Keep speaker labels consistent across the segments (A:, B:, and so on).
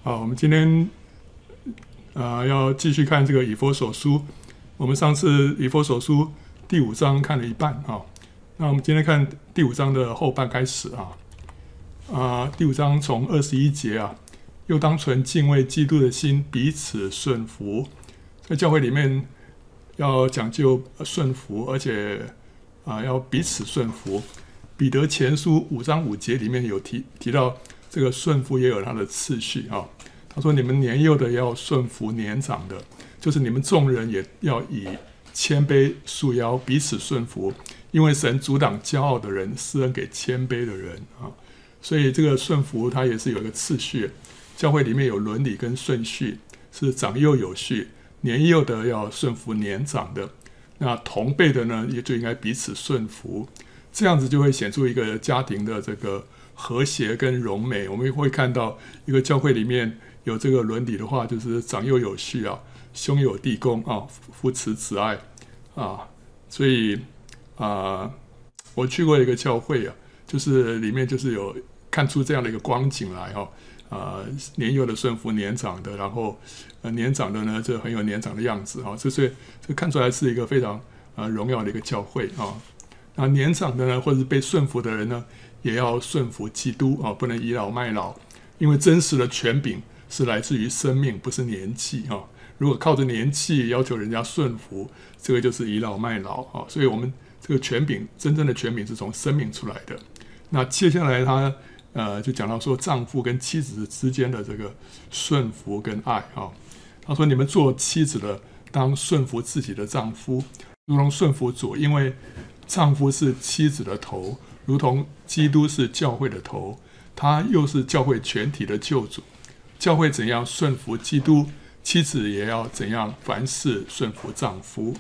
A: 好，我们今天要继续看这个以弗所书。我们上次以弗所书第5章看了一半啊，那我们今天看第5章的后半开始第5章从21节又当存敬畏基督的心，彼此顺服。在教会里面要讲究顺服，而且要彼此顺服。彼得前书5章5节里面有提到这个顺服也有它的次序他说：“你们年幼的要顺服年长的，就是你们众人也要以谦卑束腰，彼此顺服，因为神阻挡骄傲的人，施恩给谦卑的人所以这个顺服它也是有一个次序，教会里面有伦理跟顺序，是长幼有序，年幼的要顺服年长的，那同辈的呢也就应该彼此顺服，这样子就会显出一个家庭的这个和谐跟荣美。我们会看到一个教会里面有这个伦理的话，就是长幼有序兄友弟恭父慈子爱所以我去过一个教会就是里面就是有看出这样的一个光景来年幼的顺服年长的，然后年长的呢就很有年长的样子这看出来是一个非常荣耀的一个教会那年长的呢，或者是被顺服的人呢，也要顺服基督不能倚老卖老，因为真实的权柄是来自于生命，不是年纪如果靠着年纪要求人家顺服，这个就是倚老卖老所以我们这个权柄，真正的权柄是从生命出来的。那接下来他就讲到说，丈夫跟妻子之间的这个顺服跟爱他说：“你们做妻子的，当顺服自己的丈夫，如同顺服主，因为丈夫是妻子的头，如同基督是教会的头，他又是教会全体的救主。教会怎样顺服基督，妻子也要怎样凡事顺服丈夫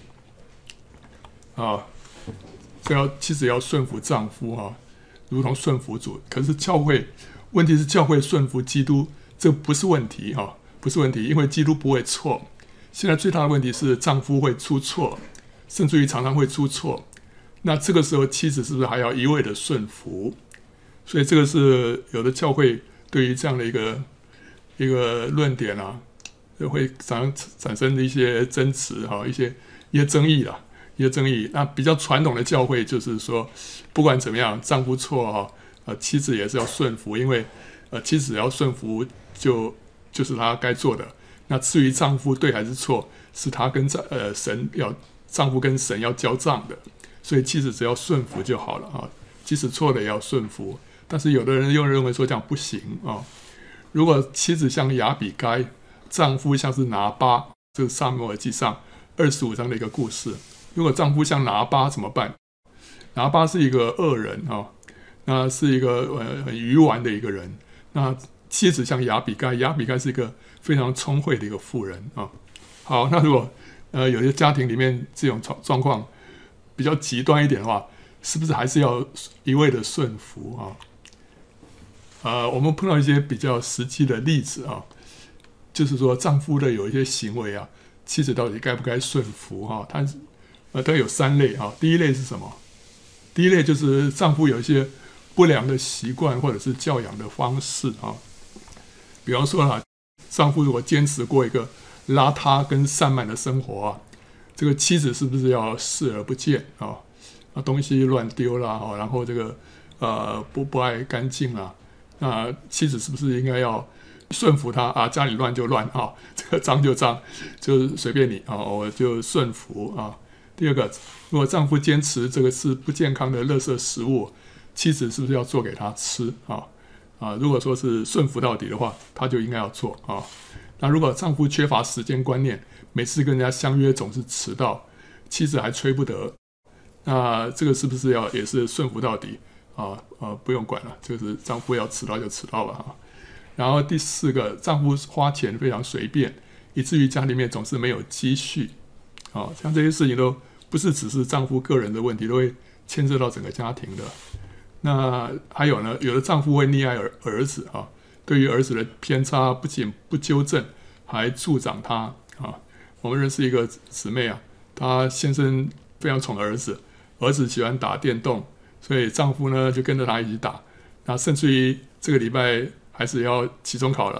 A: 妻子要顺服丈夫如同顺服主。可是问题是教会顺服基督，这不是问题不是问题，因为基督不会错。现在最大的问题是丈夫会出错，甚至于常常会出错。那这个时候妻子是不是还要一味的顺服？所以这个是有的教会对于这样的一个论点会产生一些争执一些争议那比较传统的教会就是说，不管怎么样，丈夫错妻子也是要顺服，因为妻子要顺服就是他该做的。那至于丈夫对还是错，是他跟丈夫跟神要交账的。所以妻子只要顺服就好了即使错了也要顺服。但是有的人又认为说这样不行如果妻子像亚比该，丈夫像是拿巴，这是撒母耳记上25章的一个故事。如果丈夫像拿巴怎么办？拿巴是一个恶人那是一个很愚顽的一个人。那妻子像亚比该，亚比该是一个非常聪慧的一个妇人好，那如果有些家庭里面这种状况比较极端一点的话，是不是还是要一味的顺服我们碰到一些比较实际的例子就是说丈夫的有一些行为妻子到底该不该顺服它有3类第一类是什么？第一类就是丈夫有一些不良的习惯或者是教养的方式比方说丈夫如果坚持过一个邋遢跟散漫的生活这个妻子是不是要视而不见东西乱丢啦然后这个不爱干净那妻子是不是应该要顺服他家里乱就乱这个脏就脏，就随便你我就顺服第二个，如果丈夫坚持这个是不健康的垃圾食物，妻子是不是要做给他吃如果说是顺服到底的话，他就应该要做那如果丈夫缺乏时间观念，每次跟人家相约总是迟到，妻子还催不得，那这个是不是也是顺服到底不用管了，就是丈夫要迟到就迟到了然后第4个，丈夫花钱非常随便，以至于家里面总是没有积蓄像这些事情都不是只是丈夫个人的问题，都会牵涉到整个家庭的。那还有呢，有的丈夫会溺爱儿子对于儿子的偏差不仅不纠正，还助长他我们认识一个姊妹她先生非常宠儿子，儿子喜欢打电动，所以丈夫呢就跟着他一起打。那甚至于这个礼拜还是要期中考了，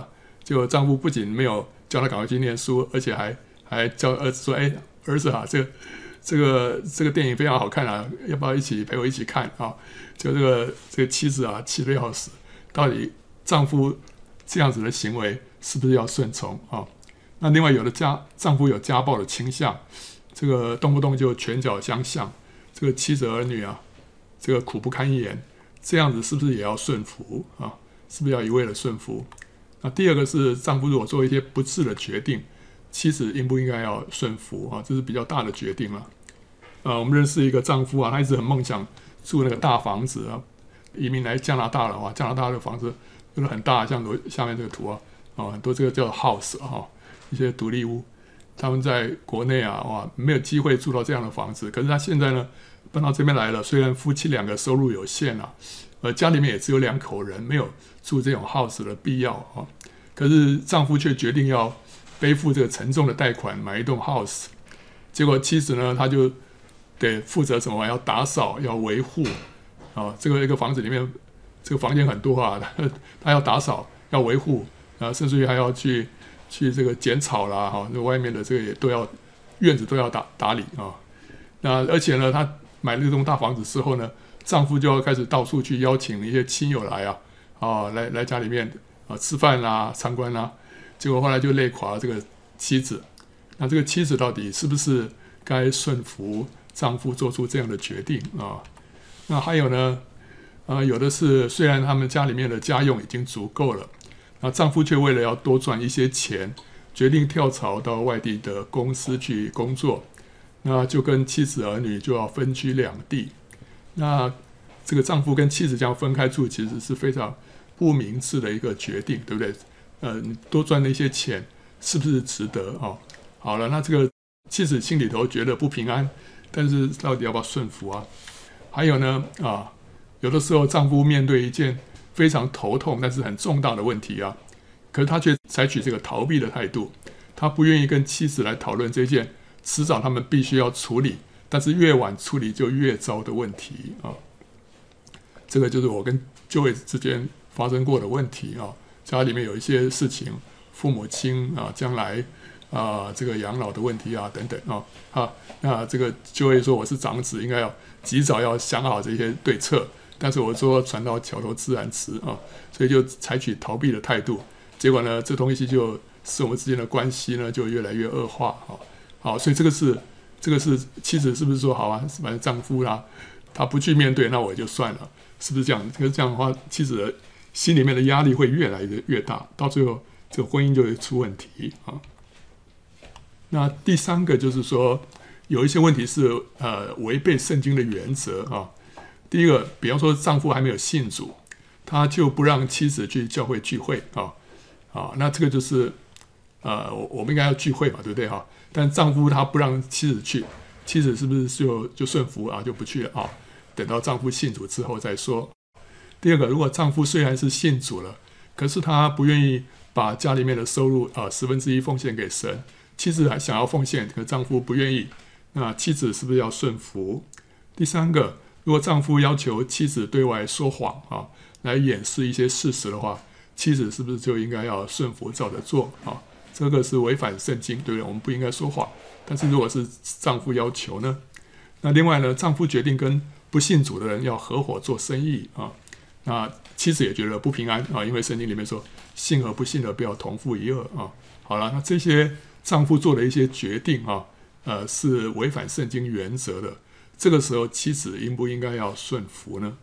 A: 结果丈夫不仅没有叫他赶快去念书，而且还叫儿子说：“哎，儿子啊，这个电影非常好看啊，要不要一起陪我一起看啊？”就这个妻子啊，气得要死。到底丈夫这样子的行为是不是要顺从啊？那另外有的丈夫有家暴的倾向，这个动不动就拳脚相向，这个妻子儿女啊，这个苦不堪言，这样子是不是也要顺服啊？是不是要一味的顺服？那第二个是丈夫如果做一些不智的决定，妻子应不应该要顺服啊？这是比较大的决定了。我们认识一个丈夫啊，他一直很梦想住那个大房子啊。移民来加拿大的话，加拿大的房子就是很大，像下面这个图啊，很多这个叫 house 啊，一些独立屋。他们在国内啊，哇，没有机会住到这样的房子。可是他现在呢，搬到这边来了。虽然夫妻两个收入有限啊，家里面也只有2口人，没有住这种 house 的必要啊。可是丈夫却决定要背负这个沉重的贷款买一栋 house。结果妻子呢，她就得负责什么？要打扫，要维护。这个一个房子里面，这个房间很多啊，他要打扫，要维护，甚至于还要去这个剪草啦，外面的这个也都要，院子都要打理啊。那而且呢，他买了这栋大房子之后呢，丈夫就要开始到处去邀请一些亲友来来家里面吃饭啦、参观啦。结果后来就累垮了这个妻子。那这个妻子到底是不是该顺服丈夫做出这样的决定啊？那还有呢，有的是虽然他们家里面的家用已经足够了，那丈夫却为了要多赚一些钱，决定跳槽到外地的公司去工作，那就跟妻子儿女就要分居两地。那这个丈夫跟妻子这样分开住，其实是非常不明智的一个决定，对不对？你多赚那些钱，是不是值得啊？好了，那这个妻子心里头觉得不平安，但是到底要不要顺服啊？还有呢，有的时候丈夫面对一件非常头痛但是很重大的问题啊，可是他却采取这个逃避的态度，他不愿意跟妻子来讨论这件迟早他们必须要处理，但是越晚处理就越糟的问题啊。这个就是我跟Joey之间发生过的问题啊，家里面有一些事情，父母亲将来这个养老的问题等等那这个Joey说我是长子，应该要及早要想好这些对策，但是我说船到桥头自然直所以就采取逃避的态度，结果呢，这东西就使我们之间的关系呢就越来越恶化好，所以这个是妻子是不是说好啊，反正丈夫他不去面对，那我也就算了，是不是这样？这样的话，妻子的心里面的压力会越来越大，到最后这个婚姻就会出问题那第三个就是说，有一些问题是违背圣经的原则第一个，比方说丈夫还没有信主，他就不让妻子去教会聚会那这个就是我们应该要聚会嘛，对不对但丈夫他不让妻子去，妻子是不是就顺服就不去了等到丈夫信主之后再说。第二个，如果丈夫虽然是信主了，可是他不愿意把家里面的收入1/10奉献给神，妻子还想要奉献，可丈夫不愿意，那妻子是不是要顺服？第三个，如果丈夫要求妻子对外说谎来掩饰一些事实的话，妻子是不是就应该要顺服照着做这个是违反圣经，对不对？我们不应该说谎。但是如果是丈夫要求呢？那另外呢，丈夫决定跟不信主的人要合伙做生意那妻子也觉得不平安因为圣经里面说信和不信的不要同负一軛好了，那这些丈夫做的一些决定是违反圣经原则的，这个时候妻子应不应该要顺服呢？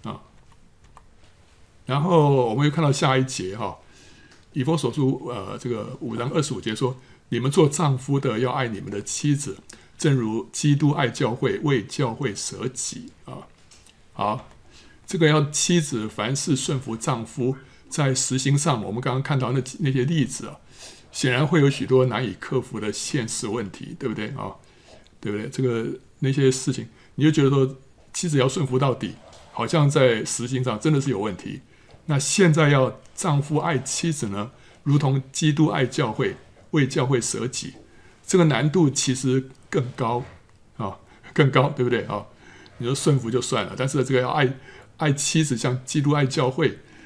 A: 然后我们又看到下一节以弗所书这个5章25节说，你们做丈夫的要爱你们的妻子，正如基督爱教会，为教会舍己好，这个要妻子凡事顺服丈夫，在实行上，我们刚刚看到那些例子显然会有许多难以克服的现实问题，对不对对不对？这个那些事情，你就觉得说妻子要顺服到底，好像在实行上真的是有问题。那现在要丈夫爱妻子呢，如同基督爱教会，为教会舍己，这个难度其实更高更高，对不对你说顺服就算了，但是这个要爱妻子像基督爱教会，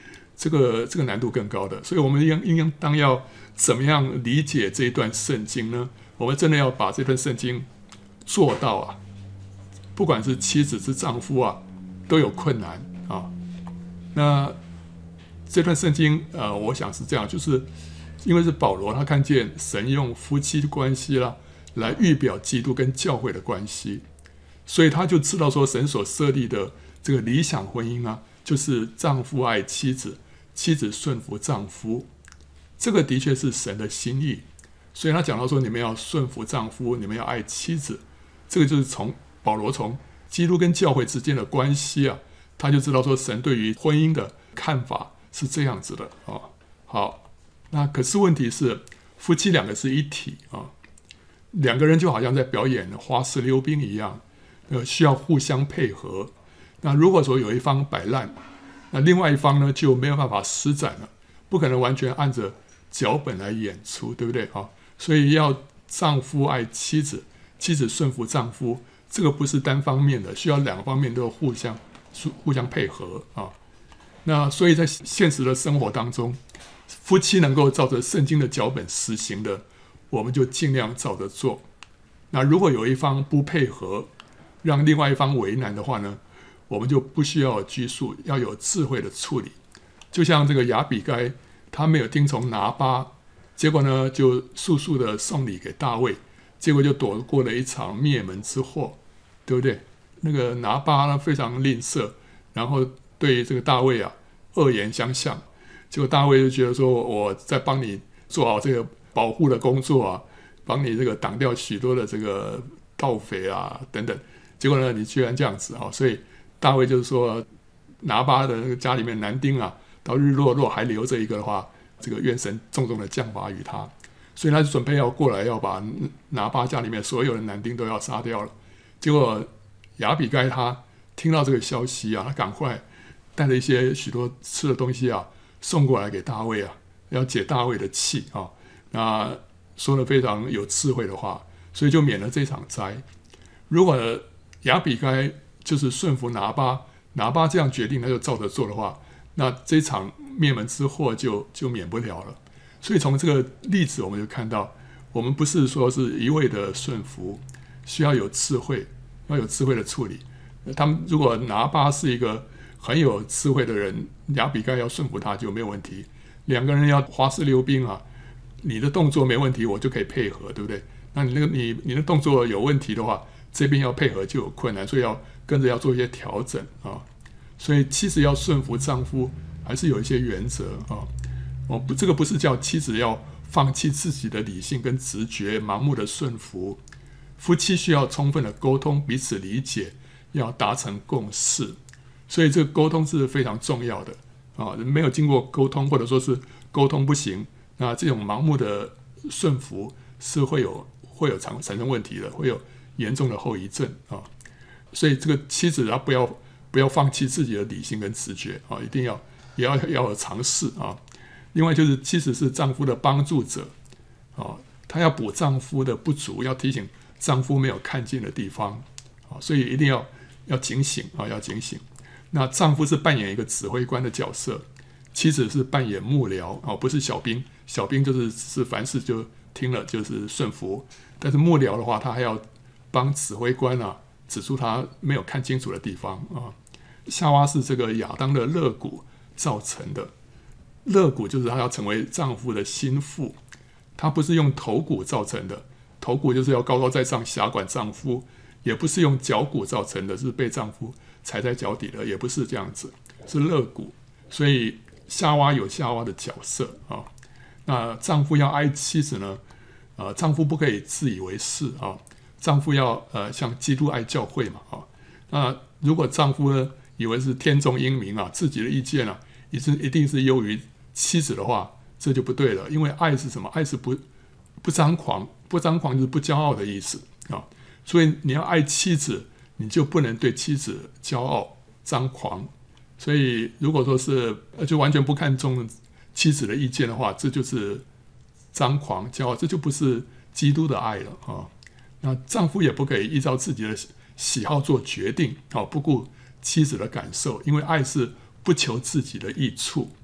A: 这个难度更高的。所以我们应当要怎么样理解这一段圣经呢？我们真的要把这段圣经做到啊，不管是妻子是丈夫啊，都有困难啊。那这段圣经我想是这样，就是因为是保罗他看见神用夫妻关系啦来预表基督跟教会的关系，所以他就知道说神所设立的这个理想婚姻啊，就是丈夫爱妻子，妻子顺服丈夫，这个的确是神的心意。所以他讲到说，你们要顺服丈夫，你们要爱妻子，这个就是保罗从基督跟教会之间的关系啊，他就知道说神对于婚姻的看法是这样子的啊。好，那可是问题是，夫妻两个是一体啊，两个人就好像在表演花式溜冰一样，需要互相配合。那如果说有一方摆烂，那另外一方呢就没有办法施展了，不可能完全按着脚本来演出，对不对啊？所以要丈夫爱妻子，妻子顺服丈夫，这个不是单方面的，需要两方面都互相配合啊。那所以在现实的生活当中，夫妻能够照着圣经的脚本实行的，我们就尽量照着做。那如果有一方不配合，让另外一方为难的话呢，我们就不需要拘束，要有智慧的处理。就像这个亚比该，他没有听从拿巴，结果呢就速速的送礼给大卫，结果就躲过了一场灭门之祸，对不对？那个拿巴呢非常吝啬，然后对这个大卫啊恶言相向，结果大卫就觉得说，我在帮你做好这个保护的工作啊，帮你这个挡掉许多的这个盗匪啊等等，结果呢你居然这样子啊，所以大卫就是说，拿巴的那个家里面男丁啊，到日落若还留着一个的话，这个愿神重重的降罚于他，所以他就准备要过来，要把拿巴家里面所有的男丁都要杀掉了。结果亚比该他听到这个消息啊，他赶快带了许多吃的东西啊送过来给大卫啊，要解大卫的气啊。那说了非常有智慧的话，所以就免了这场灾。如果亚比该就是顺服拿巴这样决定，他就照着做的话，那这场灭门之祸就免不了了。所以从这个例子我们就看到，我们不是说是一味的顺服，需要有智慧，要有智慧的处理。他们如果拿巴是一个很有智慧的人，亚比该要顺服他就没有问题。两个人要花式溜冰啊，你的动作没问题，我就可以配合，对不对？那你的动作有问题的话，这边要配合就有困难，所以要跟着要做一些调整啊。所以妻子要顺服丈夫，还是有一些原则啊。这个不是叫妻子要放弃自己的理性跟直觉，盲目的顺服。夫妻需要充分的沟通，彼此理解，要达成共识。所以这个沟通是非常重要的啊。没有经过沟通，或者说是沟通不行，那这种盲目的顺服是会有产生问题的，会有严重的后遗症啊。所以这个妻子她不要放弃自己的理性跟直觉啊，一定也要有尝试啊。另外就是妻子是丈夫的帮助者啊，她要补丈夫的不足，要提醒丈夫没有看见的地方啊，所以一定要警醒啊，要警醒。那丈夫是扮演一个指挥官的角色，妻子是扮演幕僚啊，不是小兵。小兵就是凡事就听了就是顺服，但是幕僚的话，他还要帮指挥官啊指出他没有看清楚的地方啊。夏娃是这个亚当的肋骨造成的，肋骨就是他要成为丈夫的心腹，他不是用头骨造成的，头骨就是要高高在上辖管丈夫，也不是用脚骨造成的，是被丈夫踩在脚底的，也不是这样子，是肋骨。所以夏娃有夏娃的角色啊。那丈夫要爱妻子呢，丈夫不可以自以为是啊，丈夫要像基督爱教会嘛啊。那如果丈夫呢以为是天纵英明啊，自己的意见啊一定是优于妻子的话，这就不对了。因为爱是什么？爱是不张狂，不张狂就是不骄傲的意思啊。所以你要爱妻子，你就不能对妻子骄傲张狂。所以如果说是就完全不看重妻子的意见的话，这就是张狂骄傲，这就不是基督的爱了啊。那丈夫也不可以依照自己的喜好做决定啊，不顾妻子的感受，因为爱是不求自己的益处，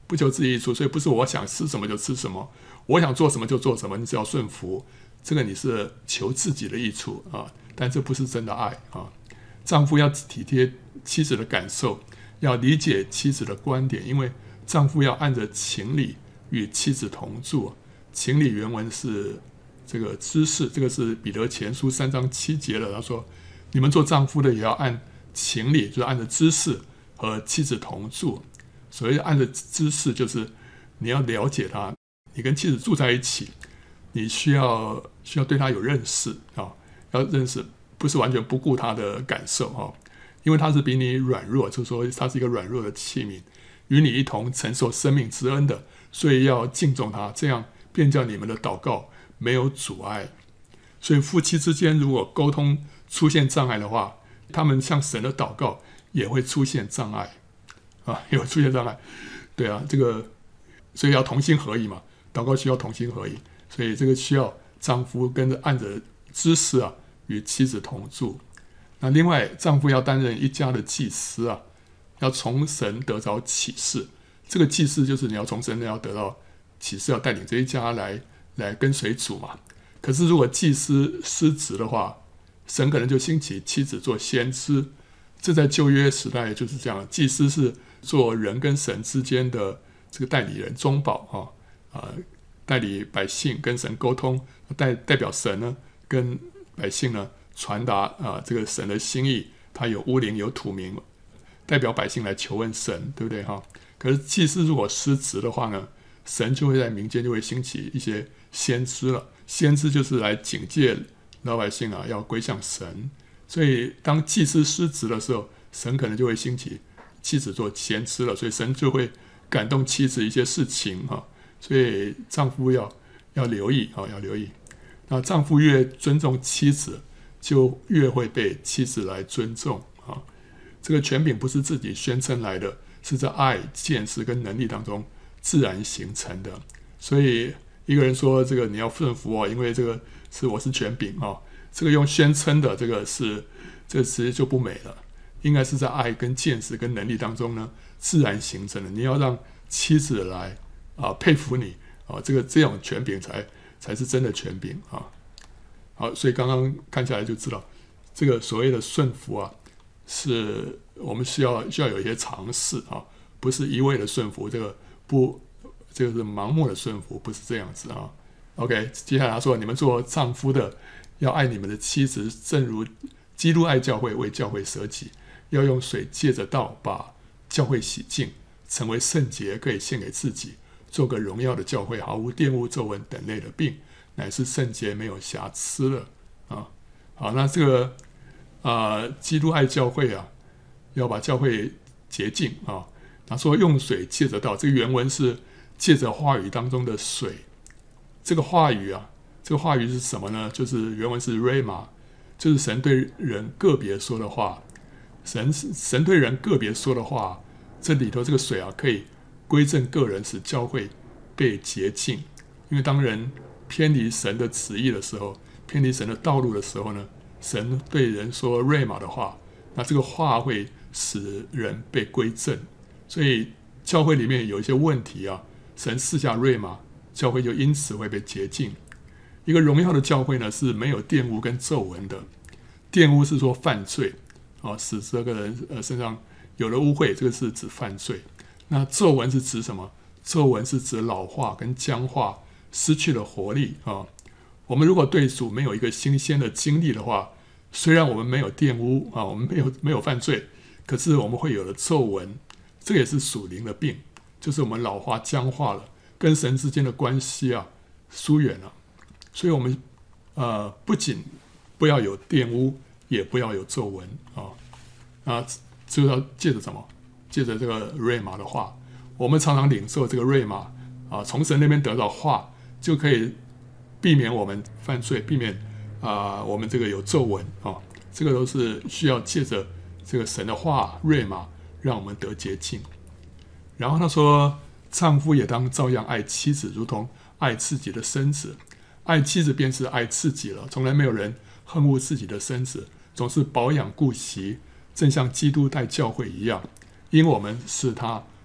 A: 不求自己益处，所以不是我想吃什么就吃什么，我想做什么就做什么，你只要顺服，这个你是求自己的益处啊，但这不是真的爱啊。丈夫要体贴妻子的感受，要理解妻子的观点，因为丈夫要按着情理与妻子同住。情理原文是这个知识，这个是彼得前书3章7节的。他说：“你们做丈夫的也要按情理，就是按着知识和妻子同住。”所谓按着知识，就是你要了解他，你跟妻子住在一起，你需要对他有认识啊，要认识，不是完全不顾他的感受啊，因为他是比你软弱，就是说他是一个软弱的器皿，与你一同承受生命之恩的，所以要敬重他，这样便叫你们的祷告没有阻碍。所以夫妻之间如果沟通出现障碍的话，他们向神的祷告也会出现障碍啊，也会出现障碍。对啊，这个所以要同心合意嘛，祷告需要同心合意，所以这个需要丈夫跟着按着知识啊与妻子同住。那另外，丈夫要担任一家的祭司啊，要从神得着启示。这个祭司就是你要从神要得到启示，要带领这一家来跟随主嘛。可是如果祭司失职的话，神可能就兴起妻子做先知。这在旧约时代就是这样，祭司是做人跟神之间的这个代理人、中保代理百姓跟神沟通，代表神呢跟百姓呢传达这个神的心意。他有乌灵有土明，代表百姓来求问神，对不对哈？可是祭司如果失职的话呢，神就会在民间就会兴起一些先知了。先知就是来警戒老百姓要归向神。所以当祭司失职的时候，神可能就会兴起妻子做先知了，所以神就会感动妻子一些事情所以丈夫要留意要留意。那丈夫越尊重妻子，就越会被妻子来尊重这个权柄不是自己宣称来的，是在爱、见识跟能力当中自然形成的。所以一个人说这个你要顺服因为这个我是权柄这个用宣称的这个其实就不美了，应该是在爱跟见识跟能力当中呢自然形成的。你要让妻子来佩服你这种权柄才是真的权柄好，所以刚刚看下来就知道，这个所谓的顺服是我们需要有一些尝试不是一味的顺服，这个是盲目的顺服，不是这样子OK， 接下来他说，你们做丈夫的要爱你们的妻子，正如基督爱教会，为教会舍己，要用水借着道把教会洗净，成为圣洁，可以献给自己，做个荣耀的教会，毫无玷污、皱纹等类的病，乃是圣洁没有瑕疵的好，那这个基督爱教会要把教会洁净他说用水借着道，这个原文是借着话语当中的水。这个话语是什么呢？就是原文是 Rhema， 就是神对人个别说的话。神对人个别说的话，这里头这个水可以归正个人，使教会被洁净。因为当人偏离神的旨意的时候，偏离神的道路的时候呢，神对人说 Rhema 的话，那这个话会使人被归正。所以教会里面有一些问题神赐下 Rhema， 教会就因此会被洁净。一个荣耀的教会呢是没有玷污跟皱纹的。玷污是说犯罪使这个人身上有了污秽，这个是指犯罪。那皱纹是指什么？皱纹是指老化跟僵化，失去了活力我们如果对主没有一个新鲜的经历的话，虽然我们没有玷污我们没有犯罪，可是我们会有了皱纹，这个也是属灵的病，就是我们老化僵化了，跟神之间的关系疏远了。所以我们不仅不要有玷污，也不要有皱纹就要借着什么？借着这个瑞玛的话，我们常常领受这个瑞玛从神那边得到话，就可以避免我们犯罪，避免我们这个有皱纹这个都是需要借着这个神的话瑞玛，让我们得洁净。然后他说，丈夫也当照样爱妻子，如同爱自己的身子。爱妻子便是爱自己了。从来没有人恨恶自己的身子，总是保养顾惜，正像基督待教会一样，因我们是他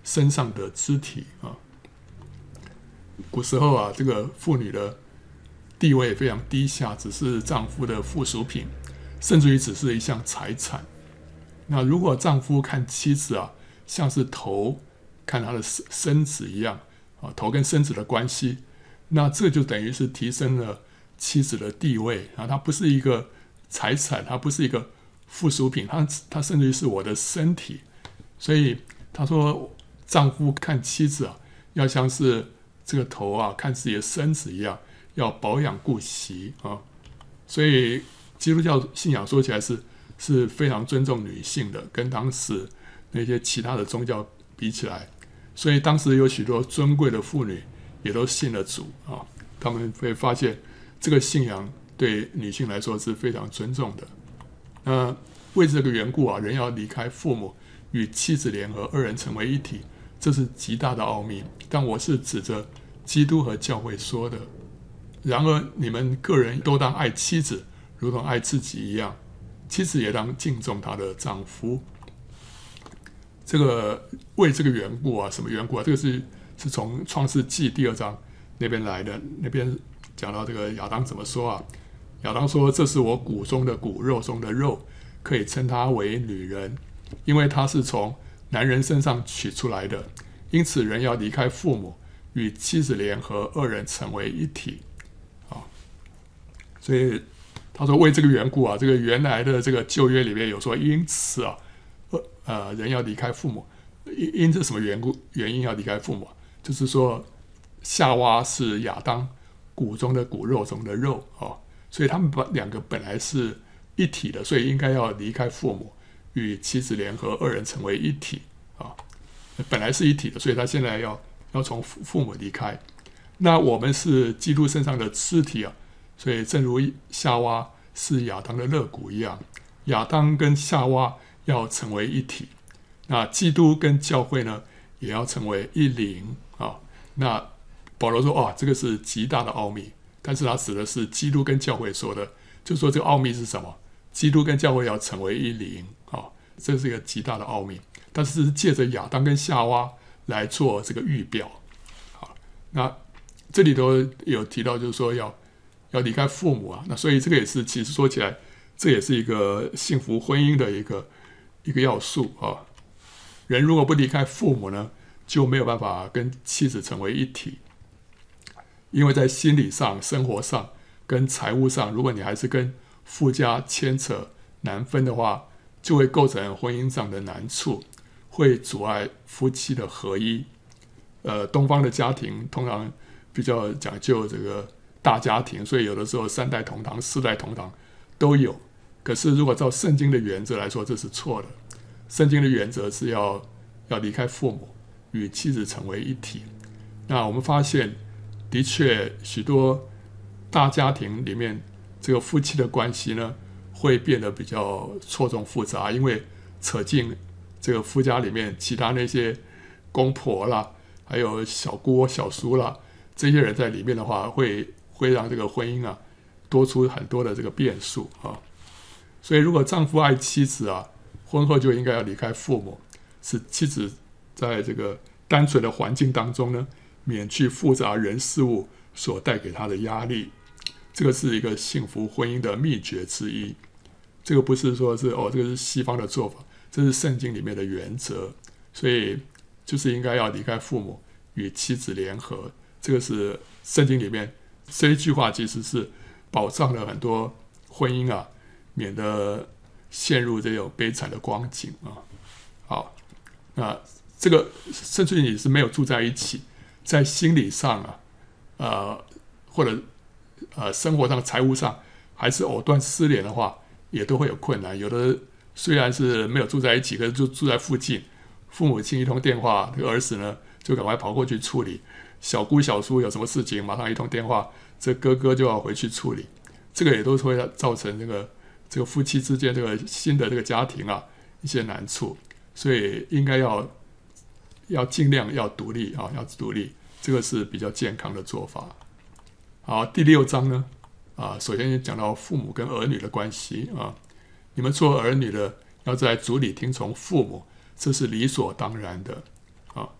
A: 身上的肢体啊。古时候啊，这个妇女的地位非常低下，只是丈夫的附属品，甚至于只是一项财产。那如果丈夫看妻子啊，像是头看他的身子一样啊，头跟身子的关系，那这就等于是提升了妻子的地位啊，它不是一个财产，它不是一个附属品，它甚至于是我的身体。所以他说，丈夫看妻子啊，要像是这个头啊看自己的身子一样，要保养顾惜啊。所以基督教信仰说起来是非常尊重女性的，跟当时那些其他的宗教比起来，所以当时有许多尊贵的妇女也都信了主啊。他们会发现这个信仰对女性来说是非常尊重的。那为这个缘故啊，人要离开父母，与妻子联合，二人成为一体，这是极大的奥秘。但我是指着基督和教会说的。然而你们个人都当爱妻子，如同爱自己一样，妻子也当敬重她的丈夫。这个为这个缘故啊，什么缘故啊？这个是从创世纪第2章那边来的，那边讲到这个亚当怎么说啊？亚当说：“这是我骨中的骨，肉中的肉，可以称她为女人，因为她是从男人身上取出来的。因此，人要离开父母，与妻子联合，二人成为一体。”啊，所以他说为这个缘故啊，这个原来的这个旧约里面有说，因此啊，人要离开父母，因这什么原因要离开父母？就是说，夏娃是亚当骨中的骨，肉中的肉啊。所以他们两个本来是一体的，所以应该要离开父母，与妻子联合，二人成为一体啊。本来是一体的，所以他现在要从父母离开。那我们是基督身上的肢体啊，所以正如夏娃是亚当的肋骨一样，亚当跟夏娃要成为一体。那基督跟教会呢，也要成为一灵啊。那保罗说，这个是极大的奥秘。但是他指的是基督跟教会说的，就说这个奥秘是什么？基督跟教会要成为一灵啊，这是一个极大的奥秘。但是是借着亚当跟夏娃来做这个预表。好，那这里头有提到，就是说要离开父母啊。那所以这个也是，其实说起来，这也是一个幸福婚姻的一个要素啊。人如果不离开父母呢，就没有办法跟妻子成为一体。因为在心理上、生活上跟财务上，如果你还是跟夫家牵扯难分的话，就会构成婚姻上的难处，会阻碍夫妻的合一。东方的家庭通常比较讲究这个大家庭，所以有的时候3代同堂、4代同堂都有。可是如果照圣经的原则来说，这是错的。圣经的原则是要离开父母，与妻子成为一体。那我们发现，的确，许多大家庭里面，这个夫妻的关系呢，会变得比较错综复杂，因为扯进这个夫家里面其他那些公婆啦，还有小姑、小叔啦，这些人在里面的话，会让这个婚姻啊多出很多的这个变数啊。所以，如果丈夫爱妻子啊，婚后就应该要离开父母，使妻子在这个单纯的环境当中呢，免去复杂人事物所带给他的压力。这个是一个幸福婚姻的秘诀之一。这个不是说是这个是西方的做法，这是圣经里面的原则。所以就是应该要离开父母，与妻子联合。这个是圣经里面这一句话，其实是保障了很多婚姻啊，免得陷入这种悲惨的光景啊。好，那这个甚至你是没有住在一起，在心理上或者生活上、财务上，还是藕断丝连的话，也都会有困难。有的虽然是没有住在一起，可是就住在附近，父母亲一通电话，这个儿子呢就赶快跑过去处理；小姑、小叔有什么事情，马上一通电话，这哥哥就要回去处理。这个也都是会造成这个夫妻之间这个新的这个家庭啊一些难处。所以应该要尽量要独立啊，要独立，这个是比较健康的做法。好，第6章呢首先讲到父母跟儿女的关系啊。你们做儿女的要在主里听从父母，这是理所当然的啊。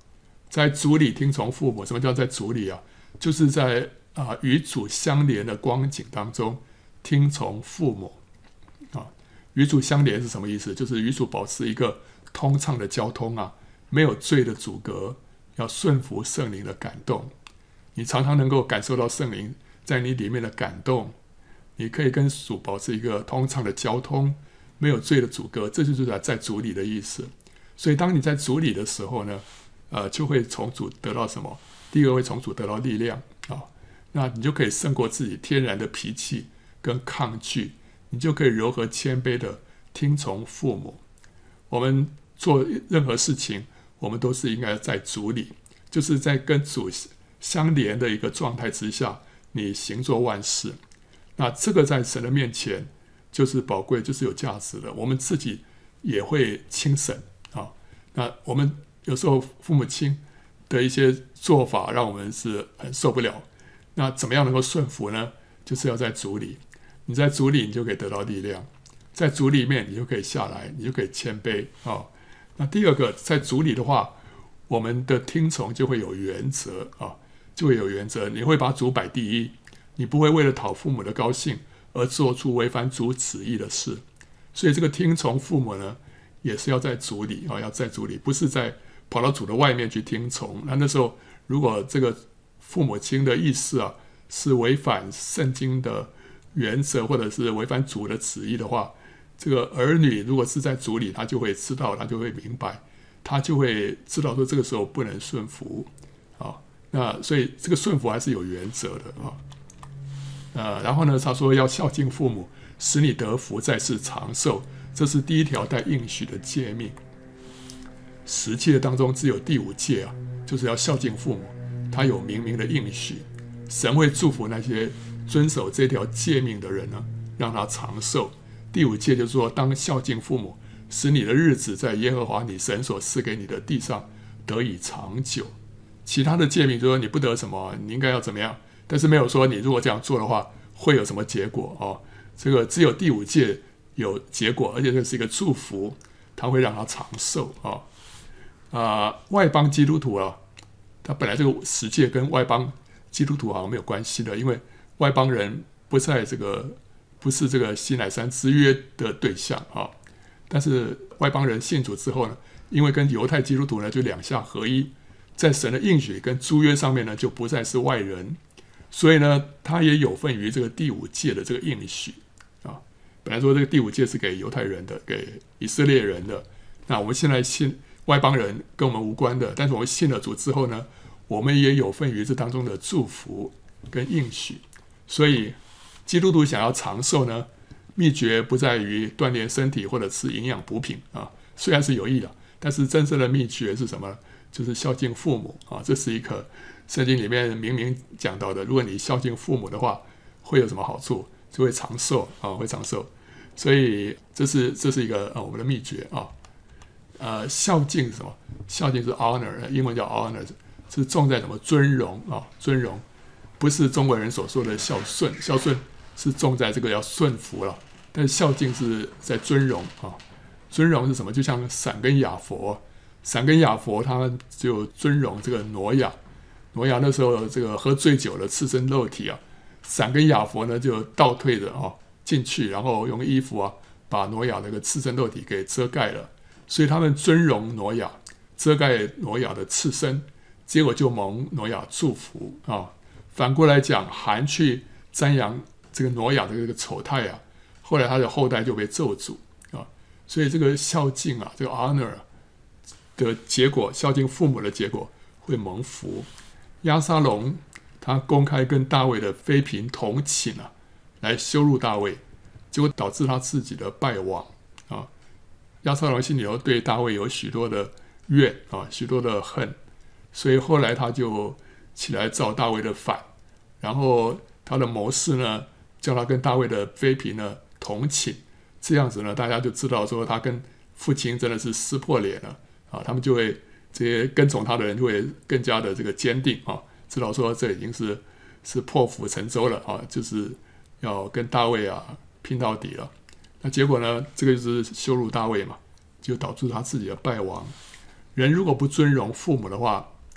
A: 在主里听从父母。什么叫在主里啊？就是在与主相连的光景当中听从父母啊。与主相连是什么意思？就是与主保持一个通畅的交通啊，没有罪的阻隔，要顺服圣灵的感动。你常常能够感受到圣灵在你里面的感动，你可以跟主保持一个通畅的交通，没有罪的阻隔，这就是在主里的意思。所以当你在主里的时候呢，就会从主得到什么？第一个会从主得到力量啊，那你就可以胜过自己天然的脾气跟抗拒，你就可以柔和谦卑的听从父母。我们做任何事情，我们都是应该在主里，就是在跟主相连的一个状态之下，你行做万事。那这个在神的面前就是宝贵，就是有价值的。我们自己也会轻省啊。那我们有时候父母亲的一些做法让我们是很受不了，那怎么样能够顺服呢？就是要在主里，你在主里你就可以得到力量，在主里面你就可以下来，你就可以谦卑啊。那第二个，在主里的话，我们的听从就会有原则啊，就会有原则，你会把主摆第一，你不会为了讨父母的高兴而做出违反主旨意的事。所以这个听从父母呢，也是要在主里啊，要在主里，不是在跑到主的外面去听从。那时候如果这个父母亲的意思啊是违反圣经的原则，或者是违反主的旨意的话，这个儿女如果是在主里，他就会知道，他就会明白，他就会知道说这个时候不能顺服啊。那所以这个顺服还是有原则的啊。然后呢，他说要孝敬父母，使你得福，在世长寿，这是第一条带应许的诫命。10诫当中只有第5诫啊，就是要孝敬父母，他有明明的应许，神会祝福那些遵守这条诫命的人呢，让他长寿。第5诫就是说，当孝敬父母，使你的日子在耶和华你神所赐给你的地上得以长久。其他的诫命就说你不得什么，你应该要怎么样，但是没有说你如果这样做的话会有什么结果哦。这个只有第5诫有结果，而且这是一个祝福，它会让他长寿外邦基督徒啊，他本来这个10诫跟外邦基督徒好像没有关系的，因为外邦人不是这个西乃山之约的对象啊。但是外邦人信主之后呢，因为跟犹太基督徒呢就两下合一，在神的应许跟诸约上面呢就不再是外人，所以呢他也有份于这个第5诫的这个应许啊。本来说这个第5诫是给犹太人的，给以色列人的，那我们现在信外邦人跟我们无关的，但是我们信了主之后呢，我们也有份于这当中的祝福跟应许。所以基督徒想要长寿呢，秘诀不在于锻炼身体或者吃营养补品啊，虽然是有益的，但是真正的秘诀是什么？就是孝敬父母啊，这是一个圣经里面明明讲到的。如果你孝敬父母的话，会有什么好处？就会长寿啊，会长寿。所以这是一个我们的秘诀啊。孝敬是什么？孝敬是 honor， 英文叫 honor， 是重在什么？尊荣啊，尊荣，不是中国人所说的孝顺。孝顺是重在这个要顺服了，但是孝敬是在尊荣啊。尊荣是什么？就像闪跟雅佛，闪跟雅佛他们就尊荣这个挪亚。挪亚那时候这个喝醉酒了，赤身露体啊，闪跟雅佛呢就倒退着进去，然后用衣服啊把挪亚那个赤身露体给遮盖了。所以他们尊荣挪亚，遮盖挪亚的赤身，结果就蒙挪亚祝福啊。反过来讲，含去瞻仰这个挪亚的这个丑态啊，后来他的后代就被咒诅啊。所以这个孝敬啊，这个 honor 的结果，孝敬父母的结果会蒙福。押沙龙他公开跟大卫的妃嫔同寝啊，来羞辱大卫，结果导致他自己的败亡啊。押沙龙心里头对大卫有许多的怨啊，许多的恨，所以后来他就起来造大卫的反，然后他的谋士呢，叫他跟大卫的妃嫔呢同寝，这样子呢，大家就知道说他跟父亲真的是撕破脸了啊，他们就会这些跟从他的人就会更加的这个坚定啊，知道说这已经是破釜沉舟了啊，就是要跟大卫啊拼到底了。那结果呢？这个就是羞辱大卫嘛，就导致他自己的败亡。人如果不尊荣父母的话，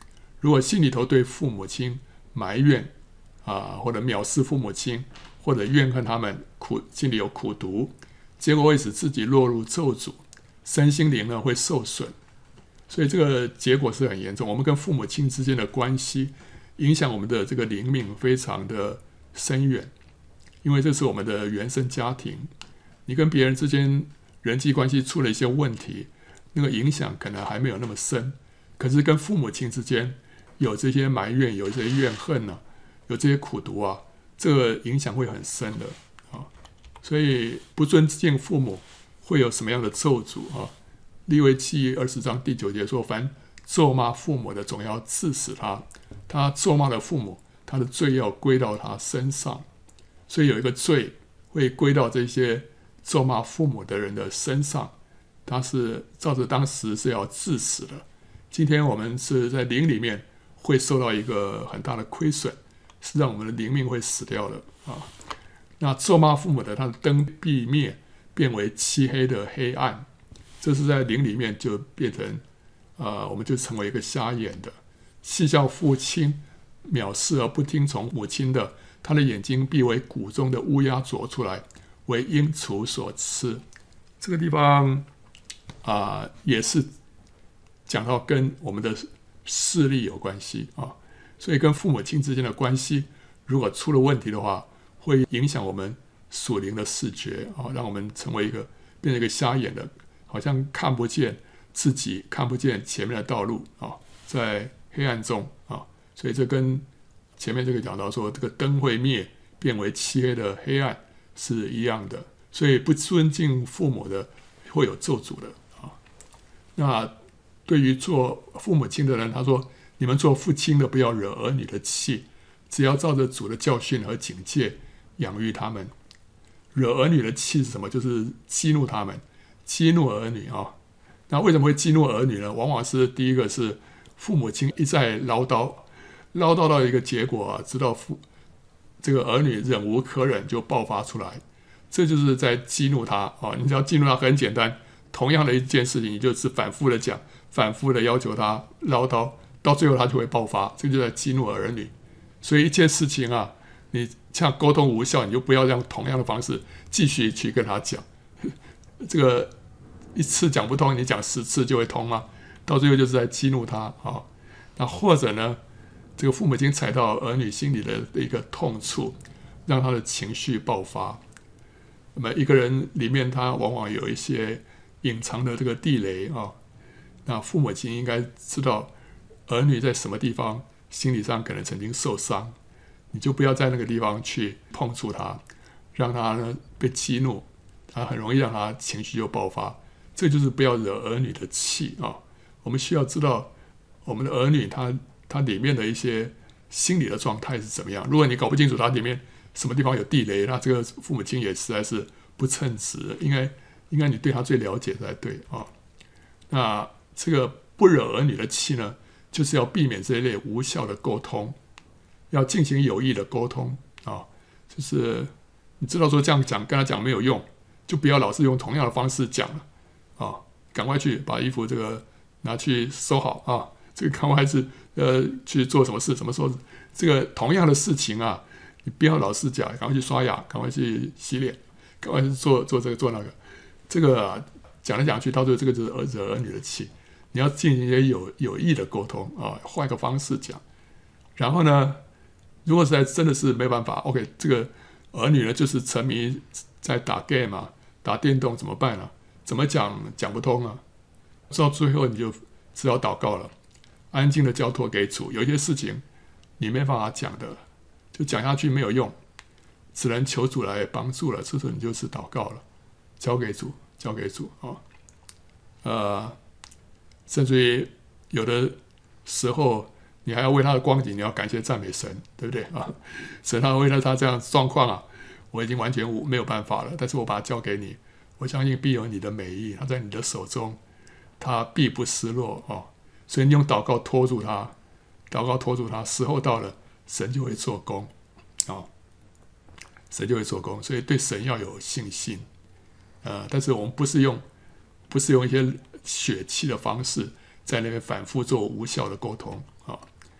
A: 如果心里头对父母亲埋怨或者藐视父母亲，或者怨恨他们，心里有苦毒，结果会使自己落入咒诅，身心灵呢会受损。所以这个结果是很严重。我们跟父母亲之间的关系影响我们的这个灵命非常的深远，因为这是我们的原生家庭。你跟别人之间人际关系出了一些问题，那个影响可能还没有那么深，可是跟父母亲之间有这些埋怨，有这些怨恨有这些苦毒这个影响会很深的所以不尊敬父母会有什么样的咒诅利未记20章第9节说：凡咒骂父母的，总要治死他；他咒骂了父母，他的罪要归到他身上。所以有一个罪会归到这些咒骂父母的人的身上，他是照着当时是要治死的。今天我们是在灵里面会受到一个很大的亏损，是让我们的灵命会死掉的那咒骂父母的，他的灯必灭，变为漆黑的黑暗。这是在灵里面就变成我们就成为一个瞎眼的。戏笑父亲，藐视而不听从母亲的，他的眼睛必为谷中的乌鸦啄出来，为鹰雏所吃。这个地方也是讲到跟我们的视力有关系所以跟父母亲之间的关系如果出了问题的话，会影响我们属灵的视觉让我们变成一个瞎眼的，好像看不见自己，看不见前面的道路在黑暗中所以这跟前面这个讲到说这个灯会灭，变为漆黑的黑暗是一样的。所以不尊敬父母的会有咒诅的那对于做父母亲的人，他说：你们做父亲的不要惹儿女的气，只要照着主的教训和警戒养育他们。惹儿女的气是什么？就是激怒他们，激怒儿女那为什么会激怒儿女呢？往往是第一个是父母亲一再唠叨到一个结果直到这个儿女忍无可忍就爆发出来，这就是在激怒他你只要激怒他很简单，同样的一件事情，你就是反复的讲，反复的要求他唠叨，到最后他就会爆发，这就在激怒儿女。所以一件事情你像沟通无效，你就不要用同样的方式继续去跟他讲。这个一次讲不通，你讲10次就会通吗？到最后就是在激怒他那或者呢，这个父母亲踩到儿女心里的一个痛处，让他的情绪爆发。那么一个人里面，他往往有一些隐藏的这个地雷那父母亲应该知道儿女在什么地方心理上可能曾经受伤，你就不要在那个地方去碰触他，让他呢被激怒，他很容易让他情绪就爆发。这就是不要惹儿女的气我们需要知道我们的儿女他里面的一些心理的状态是怎么样。如果你搞不清楚他里面什么地方有地雷，那这个父母亲也实在是不称职，应该你对他最了解才对那这个不惹儿女的气呢，就是要避免这一类无效的沟通，要进行有益的沟通就是你知道说这样讲跟他讲没有用，就不要老是用同样的方式讲了赶快去把衣服这个拿去收好这个赶快是去做什么事，什么时候这个同样的事情你不要老是讲，赶快去刷牙，赶快去洗脸，赶快去做这个做那个，这个讲来讲去，到最后这个就是惹儿女的气。你要进行一些有益的沟通换一个方式讲。然后呢，如果真的是没办法 ，OK， 这个儿女呢就是沉迷在打 game 打电动怎么办呢？怎么讲不通到最后你就只好祷告了，安静的交托给主。有一些事情你没办法讲的，就讲下去没有用，只能求主来帮助了。这时候你就是祷告了，交给主甚至于有的时候你还要为他的光景，你要感谢赞美神，对不对神为了他这样状况我已经完全没有办法了，但是我把它交给你，我相信必有你的美意，他在你的手中，他必不失落所以你用祷告拖住他，时候到了，神就会做工神就会做工。所以对神要有信心但是我们不是用一些血气的方式在那边反复做无效的沟通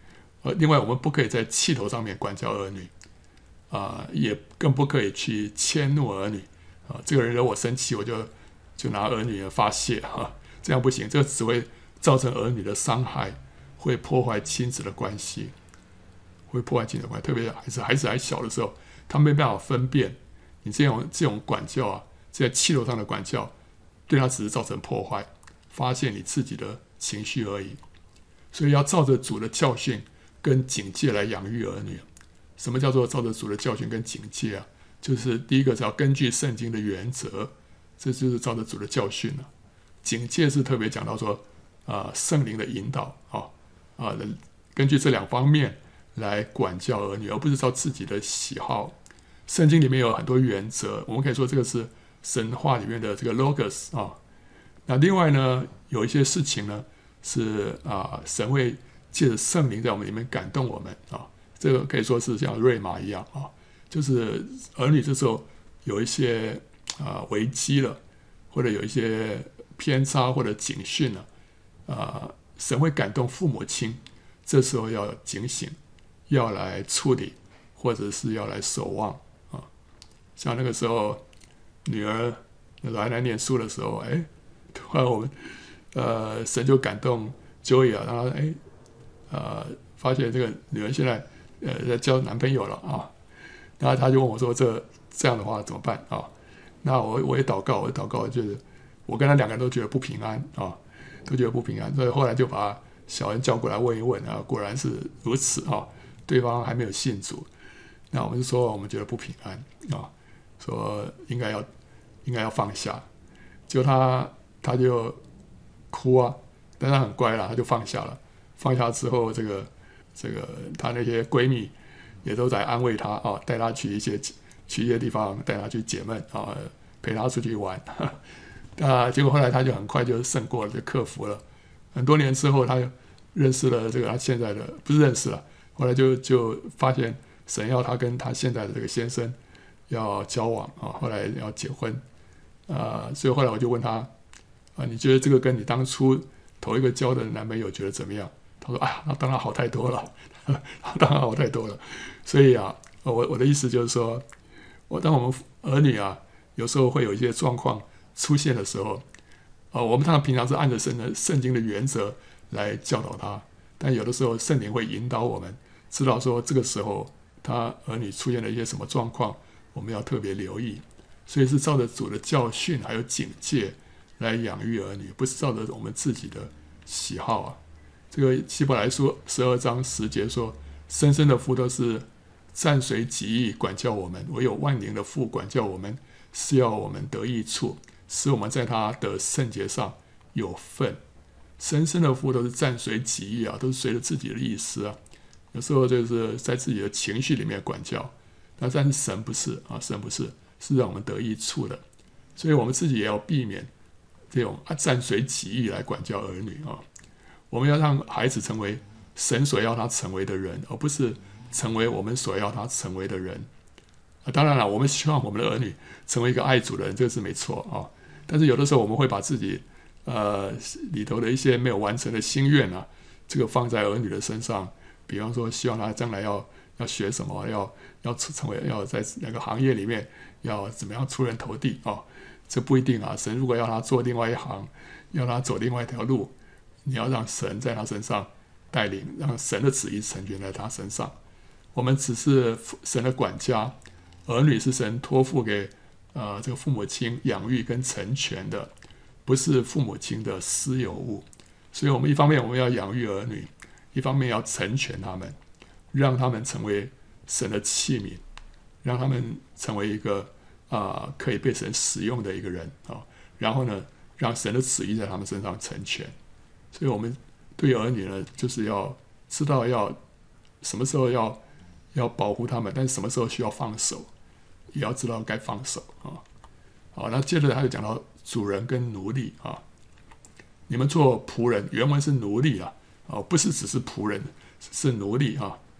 A: 另外我们不可以在气头上面管教儿女也更不可以去迁怒儿女这个人惹我生气，我就拿儿女发泄这样不行，这个只会造成儿女的伤害，会破坏亲子的关系，特别孩子还小的时候，他没办法分辨你这种管教在气头上的管教，对他只是造成破坏，发泄你自己的情绪而已。所以要照着主的教训跟警戒来养育儿女。什么叫做照着主的教训跟警戒就是第一个是要根据圣经的原则，这就是照着主的教训警戒是特别讲到说圣灵的引导根据这两方面来管教儿女，而不是照自己的喜好。圣经里面有很多原则，我们可以说这个是神话里面的这个 logos 那另外呢，有一些事情呢是神会借着圣灵在我们里面感动我们这个可以说是像瑞玛一样就是儿女这时候有一些危机了，或者有一些偏差或者警讯了神会感动父母亲，这时候要警醒，要来处理，或者是要来守望像那个时候女儿那时候还在念书的时候突然我们神就感动 Joey 然后发现这个女儿现在在交男朋友了然后他就问我说这样的话怎么办那我也祷告，就是我跟他两个人都觉得不平安都觉得不平安，所以后来就把小恩叫过来问一问果然是如此对方还没有信主，那我们就说我们觉得不平安说应该要放下，结果他就哭但是他很乖啦，他就放下了。放下之后，这个他那些闺蜜也都在安慰他带他去一些地方，带他去解闷陪他出去玩结果后来他就很快就胜过了，就克服了。很多年之后，他认识了这个他现在的，不是认识了，后来就发现神要他跟他现在的这个先生要交往后来要结婚所以后来我就问他你觉得这个跟你当初头一个交的男朋友觉得怎么样？他说那当然好太多了当然好太多了。所以我的意思就是说，当我们儿女有时候会有一些状况出现的时候我们当然平常是按着圣经的原则来教导他，但有的时候圣灵会引导我们知道说这个时候他儿女出现了一些什么状况，我们要特别留意。所以是照着主的教训还有警戒来养育儿女，不是照着我们自己的喜好这个希伯来书12章10节说，生生的父都是暂随己意管教我们，唯有万灵的父管教我们，是要我们得益处，使我们在他的圣洁上有份。生生的父都是暂随己意都是随着自己的意思有时候就是在自己的情绪里面管教，但是神不是神不是，是让我们得益处的。所以我们自己也要避免这种暂随己意来管教儿女我们要让孩子成为神所要他成为的人，而不是成为我们所要他成为的人当然了，我们希望我们的儿女成为一个爱主的人，这是没错但是有的时候我们会把自己里头的一些没有完成的心愿这个放在儿女的身上，比方说希望他将来要学什么，要成为要在那个行业里面要怎么样出人头地这不一定神如果要他做另外一行，要他走另外一条路，你要让神在他身上带领，让神的旨意成全在他身上。我们只是神的管家，儿女是神托付给这个父母亲养育跟成全的，不是父母亲的私有物。所以我们一方面我们要养育儿女，一方面要成全他们，让他们成为神的器皿，让他们成为一个可以被神使用的一个人然后呢，让神的旨意在他们身上成全。所以我们对儿女呢，就是要知道要什么时候要保护他们，但是什么时候需要放手，也要知道该放手好，那接着他就讲到主人跟奴隶你们做仆人，原文是奴隶不是只是仆人，是奴隶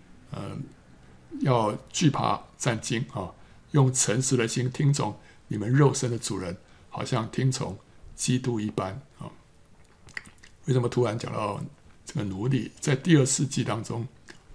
A: 要惧怕战兢用诚实的心听从你们肉身的主人，好像听从基督一般为什么突然讲到这个奴隶？在第2世纪当中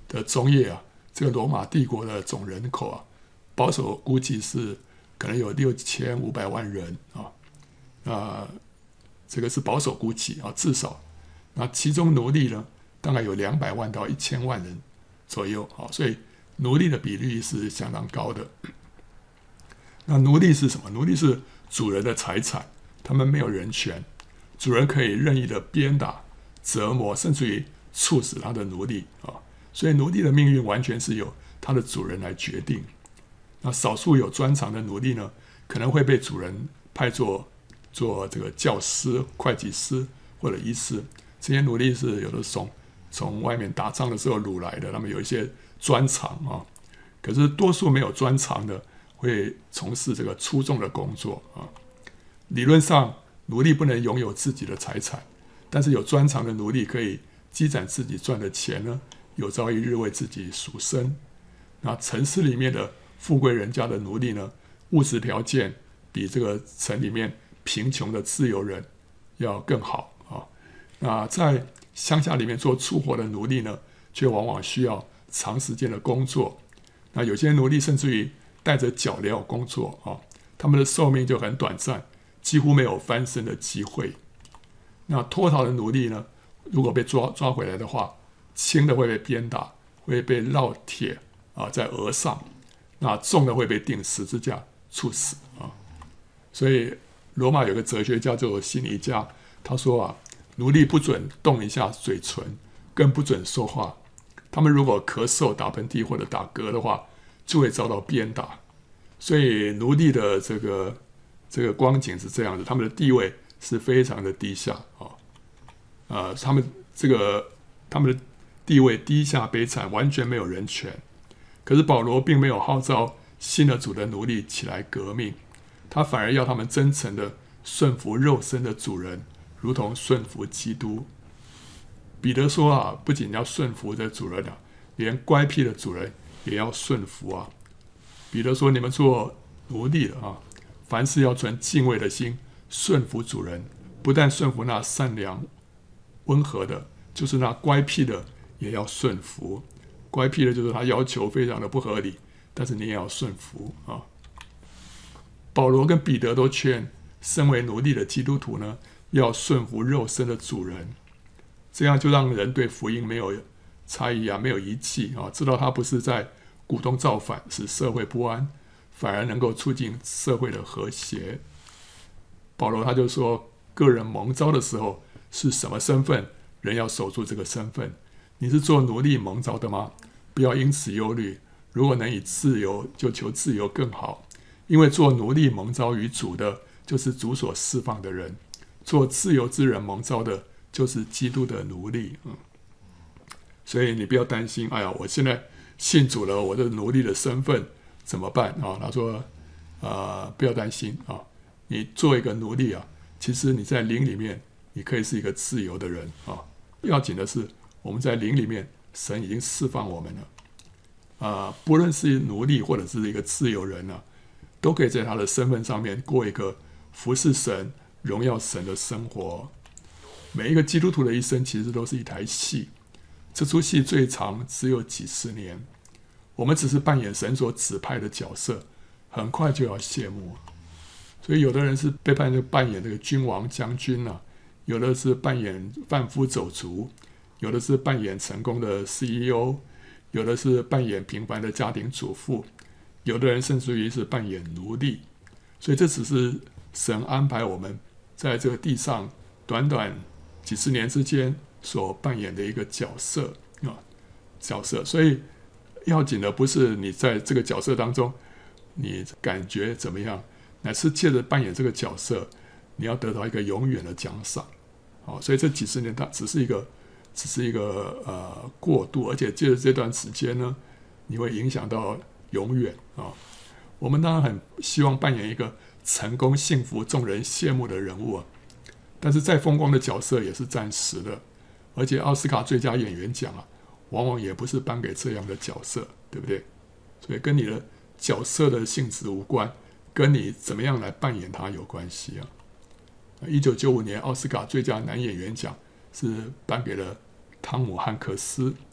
A: 的中叶啊，这个罗马帝国的总人口啊，保守估计是可能有6500万人啊，这个是保守估计啊，至少。那其中奴隶呢，大概有200万到1000万人左右啊，所以奴隶的比例是相当高的。那奴隶是什么？奴隶是主人的财产，他们没有人权，主人可以任意的鞭打、折磨，甚至于处死他的奴隶啊。所以奴隶的命运完全是由他的主人来决定。那少数有专长的奴隶呢，可能会被主人派做这个教师、会计师或者医师。这些奴隶是有的从外面打仗的时候掳来的，他们有一些专长啊。可是多数没有专长的，会从事这个粗重的工作啊。理论上，奴隶不能拥有自己的财产，但是有专长的奴隶可以积攒自己赚的钱呢，有朝一日为自己赎身。那城市里面的富贵人家的奴隶呢，物质条件比这个城里面贫穷的自由人要更好啊。那在乡下里面做粗活的奴隶呢，却往往需要长时间的工作。那有些奴隶甚至于带着脚镣工作啊，他们的寿命就很短暂，几乎没有翻身的机会。那脱逃的奴隶呢，如果被抓回来的话，轻的会被鞭打，会被烙铁啊在额上，那重的会被钉十字架处死啊。所以罗马有个哲学家叫做西尼加，他说啊，奴隶不准动一下嘴唇，更不准说话。他们如果咳嗽、打喷嚏或者打嗝的话，就会遭到鞭打。所以奴隶的这个光景是这样子，他们的地位是非常的低下啊，他们的地位低下悲惨，完全没有人权。可是保罗并没有号召新的主的奴隶起来革命，他反而要他们真诚的顺服肉身的主人，如同顺服基督。彼得说啊，不仅要顺服这主人啊，连乖僻的主人也要顺服啊。彼得说，你们做奴隶的啊，凡事要存敬畏的心，顺服主人，不但顺服那善良温和的，就是那乖僻的也要顺服。乖僻的就是他要求非常的不合理，但是你也要顺服啊。保罗跟彼得都劝身为奴隶的基督徒呢，要顺服肉身的主人，这样就让人对福音没有差异啊，没有遗弃啊，知道他不是在鼓动造反，使社会不安，反而能够促进社会的和谐。保罗他就说，个人蒙召的时候是什么身份，人要守住这个身份。你是做奴隶蒙召的吗？不要因此忧虑，如果能以自由，就求自由更好。因为做奴隶蒙召于主的，就是主所释放的人；做自由之人蒙召的，就是基督的奴隶。所以你不要担心，哎呀，我现在信主了，我的奴隶的身份怎么办啊？他说，不要担心啊，你做一个奴隶啊，其实你在灵里面，你可以是一个自由的人啊。要紧的是，我们在灵里面，神已经释放我们了。不论是奴隶或者是一个自由人啊，都可以在他的身份上面过一个服侍神、荣耀神的生活。每一个基督徒的一生其实都是一台戏，这出戏最长只有几十年，我们只是扮演神所指派的角色，很快就要谢幕。所以有的人是被扮演这个君王将军啊，有的是扮演贩夫走卒，有的是扮演成功的 CEO， 有的是扮演平凡的家庭主妇，有的人甚至于是扮演奴隶。所以这只是神安排我们在这个地上短短几十年之间所扮演的一个角色。所以要紧的不是你在这个角色当中你感觉怎么样，乃是借着扮演这个角色，你要得到一个永远的奖赏。所以这几十年它只是一个过渡，而且借着这段时间呢，你会影响到永远啊。我们当然很希望扮演一个成功、幸福、众人羡慕的人物啊，但是再风光的角色也是暂时的，而且奥斯卡最佳演员奖啊，往往也不是颁给这样的角色，对不对？所以跟你的角色的性质无关，跟你怎么样来扮演它有关系啊。1995年奥斯卡最佳男演员奖是颁给了汤姆汉克斯，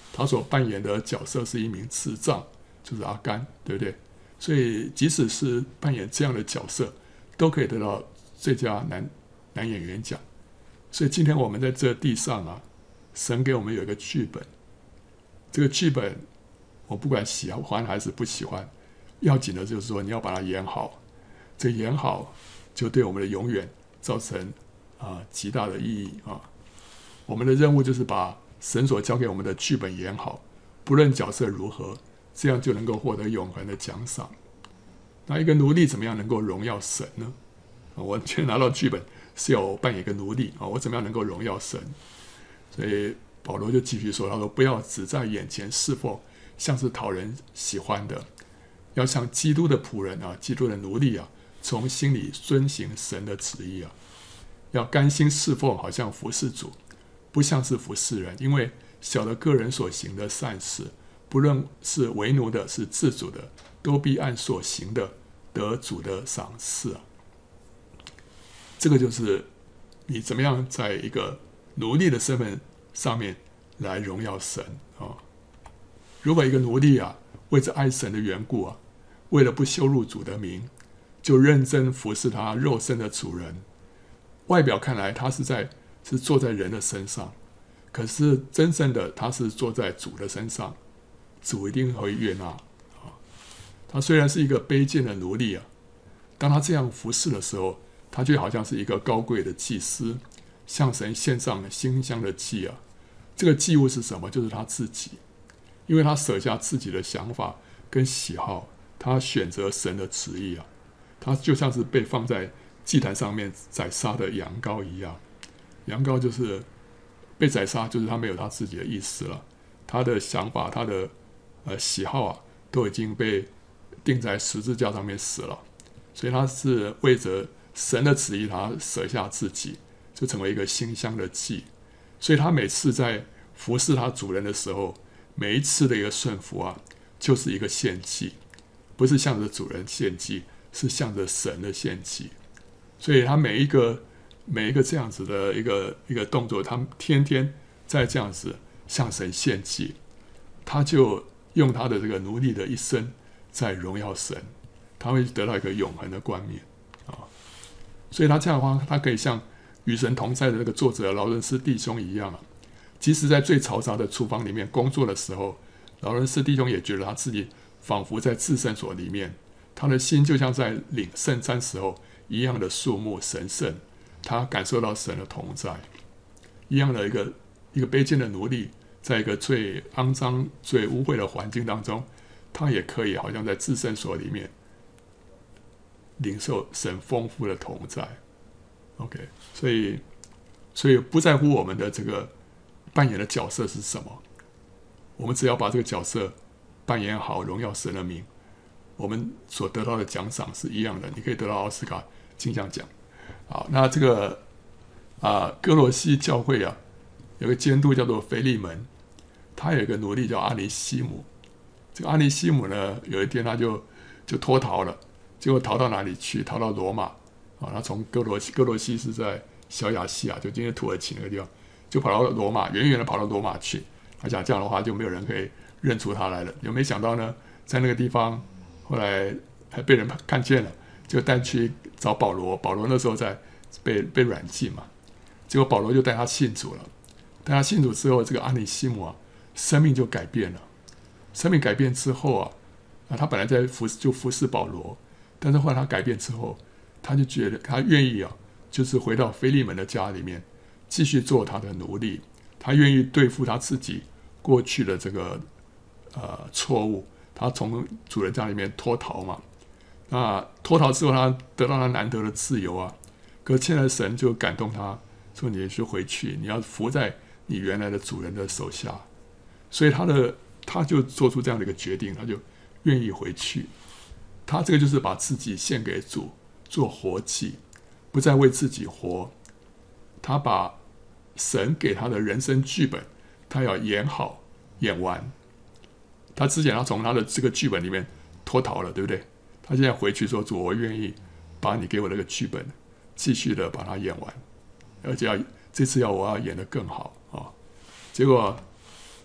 A: 他所扮演的角色是一名智障，就是阿甘，对不对？所以即使是扮演这样的角色，都可以得到最佳男演员奖。所以今天我们在这地上啊，神给我们有一个剧本，这个剧本我不管喜欢还是不喜欢，要紧的就是说你要把它演好，这演好就对我们的永远造成极大的意义啊。我们的任务就是把神所交给我们的剧本演好，不论角色如何，这样就能够获得永恒的奖赏。那一个奴隶怎么样能够荣耀神呢？我今天拿到剧本是要扮演一个奴隶啊，我怎么样能够荣耀神？所以保罗就继续说，他说不要只在眼前侍奉，像是讨人喜欢的，要像基督的仆人啊，基督的奴隶啊，从心里遵行神的旨意啊，要甘心侍奉，好像服侍主，不像是服侍人，因为晓得个人所行的善事，不论是为奴的，是自主的，都必按所行的得主的赏赐啊。这个就是你怎么样在一个奴隶的身份上面来荣耀神啊。如果一个奴隶啊，为着爱神的缘故啊，为了不羞辱主的名，就认真服侍他肉身的主人，外表看来他是坐在人的身上，可是真正的他是坐在主的身上，主一定会悦纳啊。他虽然是一个卑贱的奴隶啊，当他这样服侍的时候，他就好像是一个高贵的祭司，向神献上馨香的祭啊。这个祭物是什么？就是他自己，因为他舍下自己的想法跟喜好，他选择神的旨意啊。他就像是被放在祭坛上面宰杀的羊羔一样。羊羔就是被宰杀，就是他没有他自己的意思了，他的想法、他的喜好啊，都已经被钉在十字架上面死了。所以他是为着神的旨意，他舍下自己，就成为一个馨香的祭。所以他每次在服侍他主人的时候，每一次的一个顺服啊，就是一个献祭，不是向着主人献祭，是向着神的献祭。所以他每一个这样子的一个动作，他天天在这样子向神献祭，他就用他的这个奴隶的一生在荣耀神，他会得到一个永恒的冠冕啊。所以他这样的话，他可以像与神同在的那个作者劳伦斯弟兄一样啊，即使在最嘈杂的厨房里面工作的时候，劳伦斯弟兄也觉得他自己仿佛在至圣所里面，他的心就像在领圣餐时候一样的肃穆神圣，他感受到神的同在。一样的一个卑贱的奴隶，在一个最肮脏、最污秽的环境当中，他也可以好像在至圣所里面领受神丰富的同在。OK， 所以不在乎我们的这个扮演的角色是什么，我们只要把这个角色扮演好，荣耀神的名，我们所得到的奖赏是一样的。你可以得到奥斯卡金像奖。好，那这个哥罗西教会啊，有个监督叫做腓利门，他有一个奴隶叫阿尼西姆。这个阿尼西姆呢，有一天他就脱逃了，结果逃到哪里去？逃到罗马。他从哥罗西是在小亚细亚，就今天土耳其那个地方，就跑到罗马，远远的跑到罗马去。他讲这样的话，就没有人可以认出他来了。有没有想到呢？在那个地方，后来还被人看见了，就带去找保罗。保罗那时候在被软禁嘛，结果保罗就带他信主了。带他信主之后，这个阿尼西姆啊，生命就改变了。生命改变之后啊，他本来在服侍保罗，但是后来他改变之后，他就觉得他愿意啊，就是回到腓利门的家里面，继续做他的奴隶。他愿意对付他自己过去的这个错误。他从主人家里面脱逃嘛，那脱逃之后，他得到他难得的自由啊。可是现在神就感动他说：“你就回去，你要服在你原来的主人的手下。”所以他就做出这样的一个决定，他就愿意回去。他这个就是把自己献给主，做活祭，不再为自己活。他把神给他的人生剧本，他要演好演完。他之前他从他的这个剧本里面脱逃了，对不对？他现在回去说：“主，我愿意把你给我那个剧本继续的把它演完，而且这次我要演得更好啊！”结果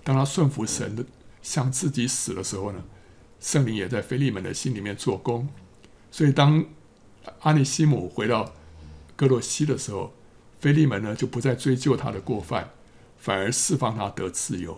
A: 当他顺服神的，向自己死的时候呢，圣灵也在腓利门的心里面做工。所以当阿尼西姆回到哥罗西的时候，腓利门呢就不再追究他的过犯，反而释放他得自由。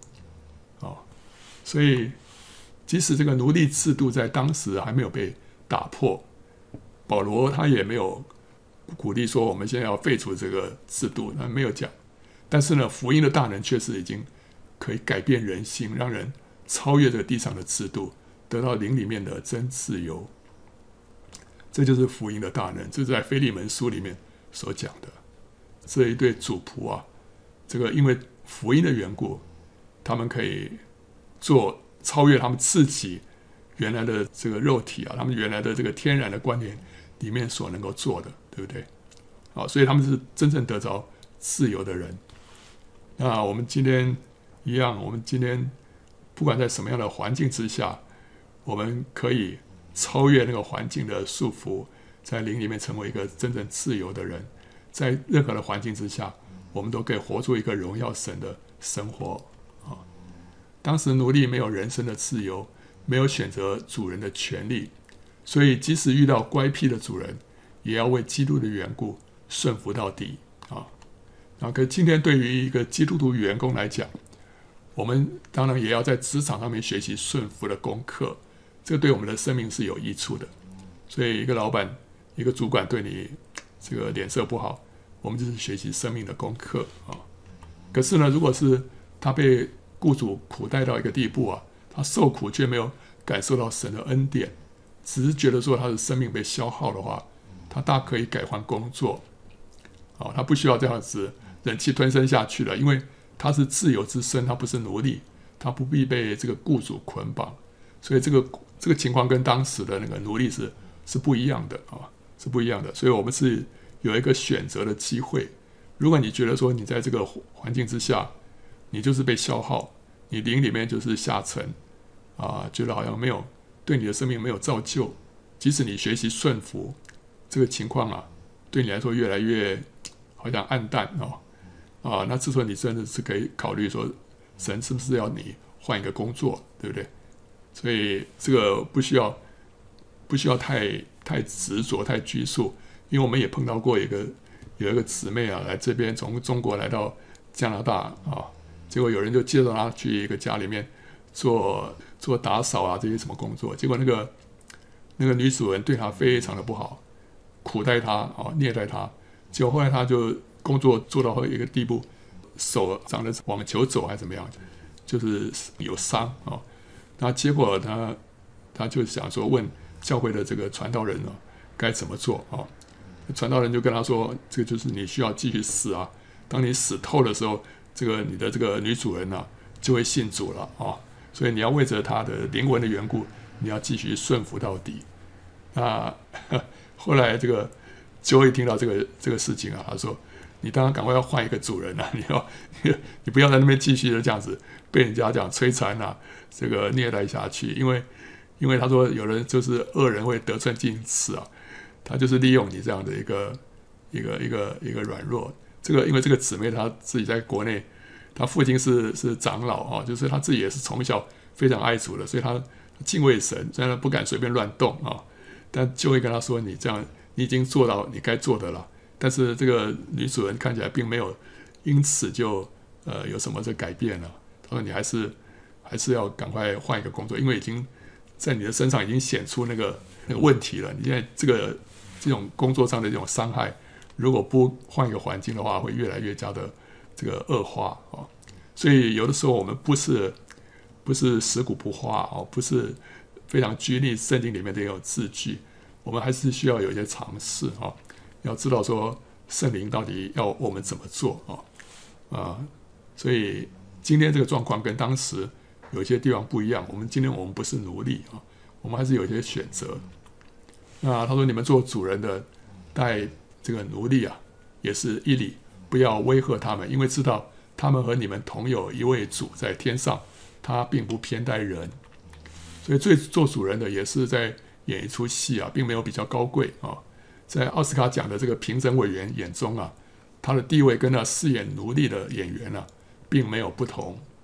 A: 所以即使这个奴隶制度在当时还没有被打破，保罗他也没有鼓励说我们现在要废除这个制度，他没有讲。但是呢，福音的大能确实已经可以改变人心，让人超越这个地上的制度，得到灵里面的真自由。这就是福音的大能，这是在腓利门书里面所讲的。这一对主仆啊，这个因为福音的缘故，他们可以做超越他们自己原来的这个肉体啊，他们原来的这个天然的观念里面所能够做的，对不对？所以他们是真正得着自由的人。那我们今天一样，我们今天不管在什么样的环境之下，我们可以超越那个环境的束缚，在灵里面成为一个真正自由的人。在任何的环境之下，我们都可以活出一个荣耀神的生活。当时奴隶没有人生的自由，没有选择主人的权利，所以即使遇到乖僻的主人，也要为基督的缘故顺服到底啊。可今天对于一个基督徒员工来讲，我们当然也要在职场上面学习顺服的功课，这个对我们的生命是有益处的。所以一个老板、一个主管对你这个脸色不好，我们就是学习生命的功课啊。可是呢，如果是他被雇主苦待到一个地步啊，他受苦却没有感受到神的恩典，只是觉得说他的生命被消耗的话，他大可以改换工作。他不需要这样子忍气吞声下去了，因为他是自由之身，他不是奴隶，他不必被这个雇主捆绑。所以这个情况跟当时的那个奴隶是不一样的啊，是不一样的。所以我们是有一个选择的机会。如果你觉得说你在这个环境之下，你就是被消耗，你灵里面就是下沉觉得好像没有对你的生命没有造就，即使你学习顺服，这个情况啊，对你来说越来越好像暗淡那这时候你真的是可以考虑说，神是不是要你换一个工作，对不对？所以这个不需要太执着、太拘束，因为我们也碰到过有一个姊妹来这边从中国来到加拿大结果有人就介绍她去一个家里面做打扫这些什么工作，结果那个女主人对她非常的不好，苦待她虐待她，结果后来她就工作做到一个地步，手长得网球肘还是怎么样，就是有伤那结果他就想说问教会的这个传道人该怎么做传道人就跟他说，这个就是你需要继续死当你死透的时候，你的这个女主人就会信主了所以你要为着她的灵魂的缘故，你要继续顺服到底。那后来这个Joey听到这个事情他说，你当然赶快要换一个主人你不要在那边继续的这样子被人家这样摧残这个虐待下去，因为他说有人就是恶人会得寸进尺他就是利用你这样的一个软弱。因为这个姊妹她自己在国内，她父亲是长老就是她自己也是从小非常爱主的，所以她敬畏神，虽然不敢随便乱动但就会跟她说，你这样你已经做到你该做的了。但是这个女主人看起来并没有因此就有什么这改变了。她说你还是要赶快换一个工作，因为已经在你的身上已经显出那个问题了。你现在这种工作上的这种伤害，如果不换一个环境的话，会越来越加的这个恶化所以有的时候我们不是食古不化不是非常拘泥圣经里面的这种字句，我们还是需要有一些尝试要知道说圣灵到底要我们怎么做所以今天这个状况跟当时有一些地方不一样。今天我们不是奴隶我们还是有一些选择。那他说你们做主人的带这个奴隶也是一理，不要威吓他们，因为知道他们和你们同有一位主在天上，他并不偏待人。所以做主人的也是在演一出戏并没有比较高贵在奥斯卡奖的这个评审委员眼中他的地位跟饰演奴隶的演员并没有不同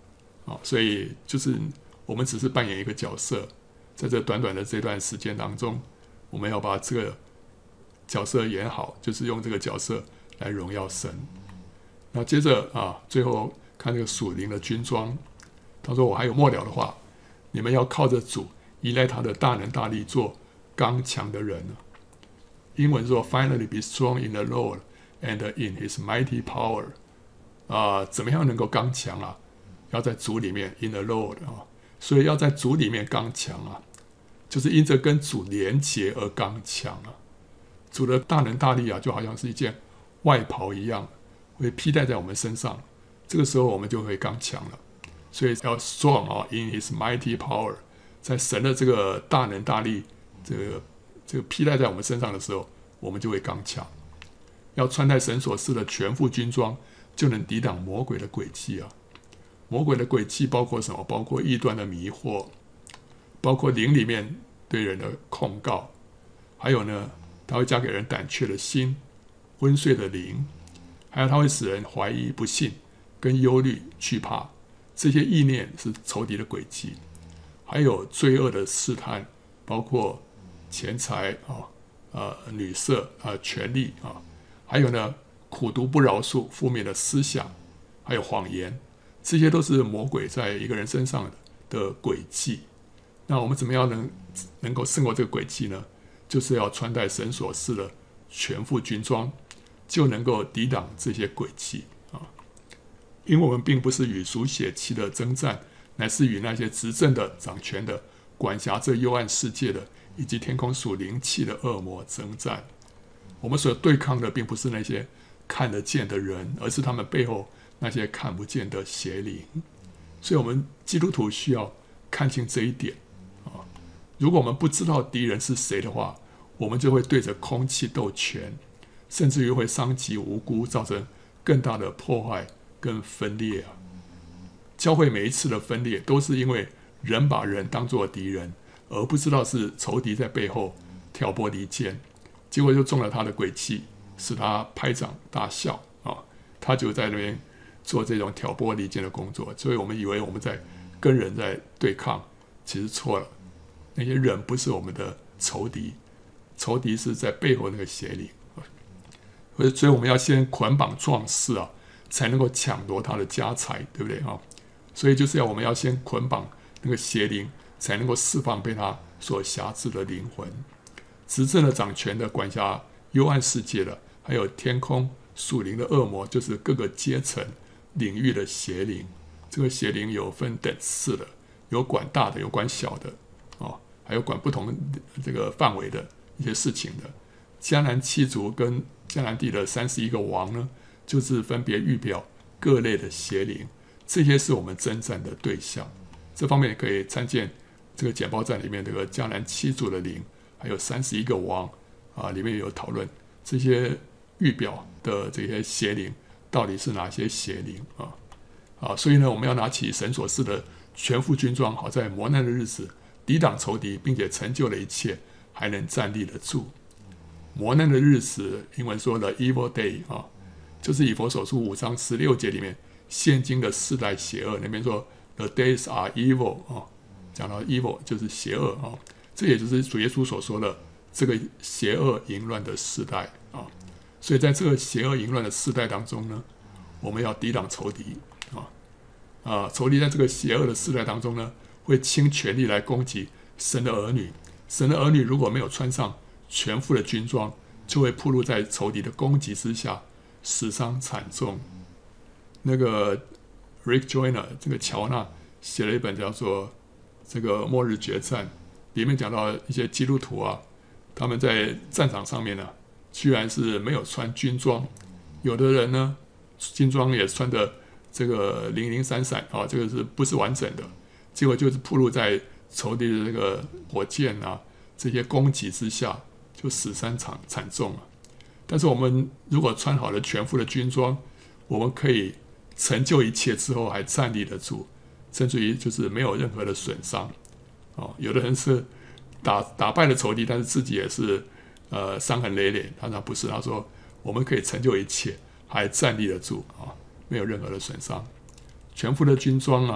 A: 所以就是我们只是扮演一个角色，在这短短的这段时间当中，我们要把这个角色演好，就是用这个角色来荣耀神。那接着最后看这个属灵的军装，他说我还有末了的话，你们要靠着主，依赖他的大能大力，做刚强的人。英文说 Finally be strong in the Lord and in His mighty power。怎么样能够刚强啊？要在主里面 in the Lord 所以要在主里面刚强就是因着跟主连结而刚强主的大能大力就好像是一件外袍一样，会披戴在我们身上，这个时候我们就会刚强了。所以要 strong in His mighty power， 在神的这个大能大力这个披戴在我们身上的时候，我们就会刚强。要穿戴神所赐的全副军装，就能抵挡魔鬼的诡计魔鬼的诡计包括什么？包括异端的迷惑，包括灵里面对人的控告，还有呢，他会加给人胆怯的心、昏睡的灵，还有他会使人怀疑、不信、跟忧虑、惧怕。这些意念是仇敌的诡计。还有罪恶的试探，包括钱财女色权力还有呢，苦毒不饶恕、负面的思想，还有谎言。这些都是魔鬼在一个人身上的诡计。那我们怎么样能够胜过这个诡计呢？就是要穿戴神所赐的全副军装，就能够抵挡这些诡计因为我们并不是与属血气的征战，乃是与那些执政的、掌权的、管辖这幽暗世界的，以及天空属灵气的恶魔征战。我们所对抗的并不是那些看得见的人，而是他们背后那些看不见的邪灵。所以我们基督徒需要看清这一点如果我们不知道敌人是谁的话，我们就会对着空气斗拳，甚至于会伤及无辜，造成更大的破坏跟分裂教会每一次的分裂，都是因为人把人当作敌人，而不知道是仇敌在背后挑拨离间，结果就中了他的诡计，使他拍掌大笑他就在那边做这种挑拨离间的工作。所以我们以为我们在跟人在对抗，其实错了。那些人不是我们的仇敌，仇敌是在背后那个邪灵。所以我们要先捆绑壮士才能够抢夺他的家财，对不对所以就是我们要先捆绑那个邪灵，才能够释放被他所辖制的灵魂。执政的、掌权的、管辖幽暗世界的，还有天空属灵的恶魔，就是各个阶层领域的邪灵。这个邪灵有分等次的，有管大的，有管小的还有管不同这个范围的一些事情的。迦南七族跟迦南地的31个王呢，就是分别预表各类的邪灵，这些是我们征战的对象。这方面也可以参见这个简报站里面这个迦南七族的灵，还有31个王里面有讨论这些预表的这些邪灵到底是哪些邪灵所以呢，我们要拿起神所赐的全副军装，好在磨难的日子抵挡仇敌，并且成就了一切，还能站立得住。磨难的日子，英文说的 evil day 就是以弗所书5章16节里面现今的世代邪恶，那边说 the days are evil 讲到 evil 就是邪恶这也就是主耶稣所说的这个邪恶淫乱的世代所以在这个邪恶淫乱的世代当中呢，我们要抵挡仇敌仇敌在这个邪恶的世代当中呢，会倾全力来攻击神的儿女。神的儿女如果没有穿上全副的军装，就会暴露在仇敌的攻击之下，死伤惨重。那个 Rick Joyner 这个乔纳写了一本叫做这个末日决战，里面讲到一些基督徒他们在战场上面居然是没有穿军装，有的人呢军装也穿的这个零零散散这个是不是完整的，结果就是暴露在仇敌的这个火箭这些攻击之下，就死伤惨重了。但是我们如果穿好了全副的军装，我们可以成就一切之后还站立得住，甚至于就是没有任何的损伤有的人是打败了仇敌，但是自己也是伤痕累累，他不是，他说我们可以成就一切还站立得住没有任何的损伤。全副的军装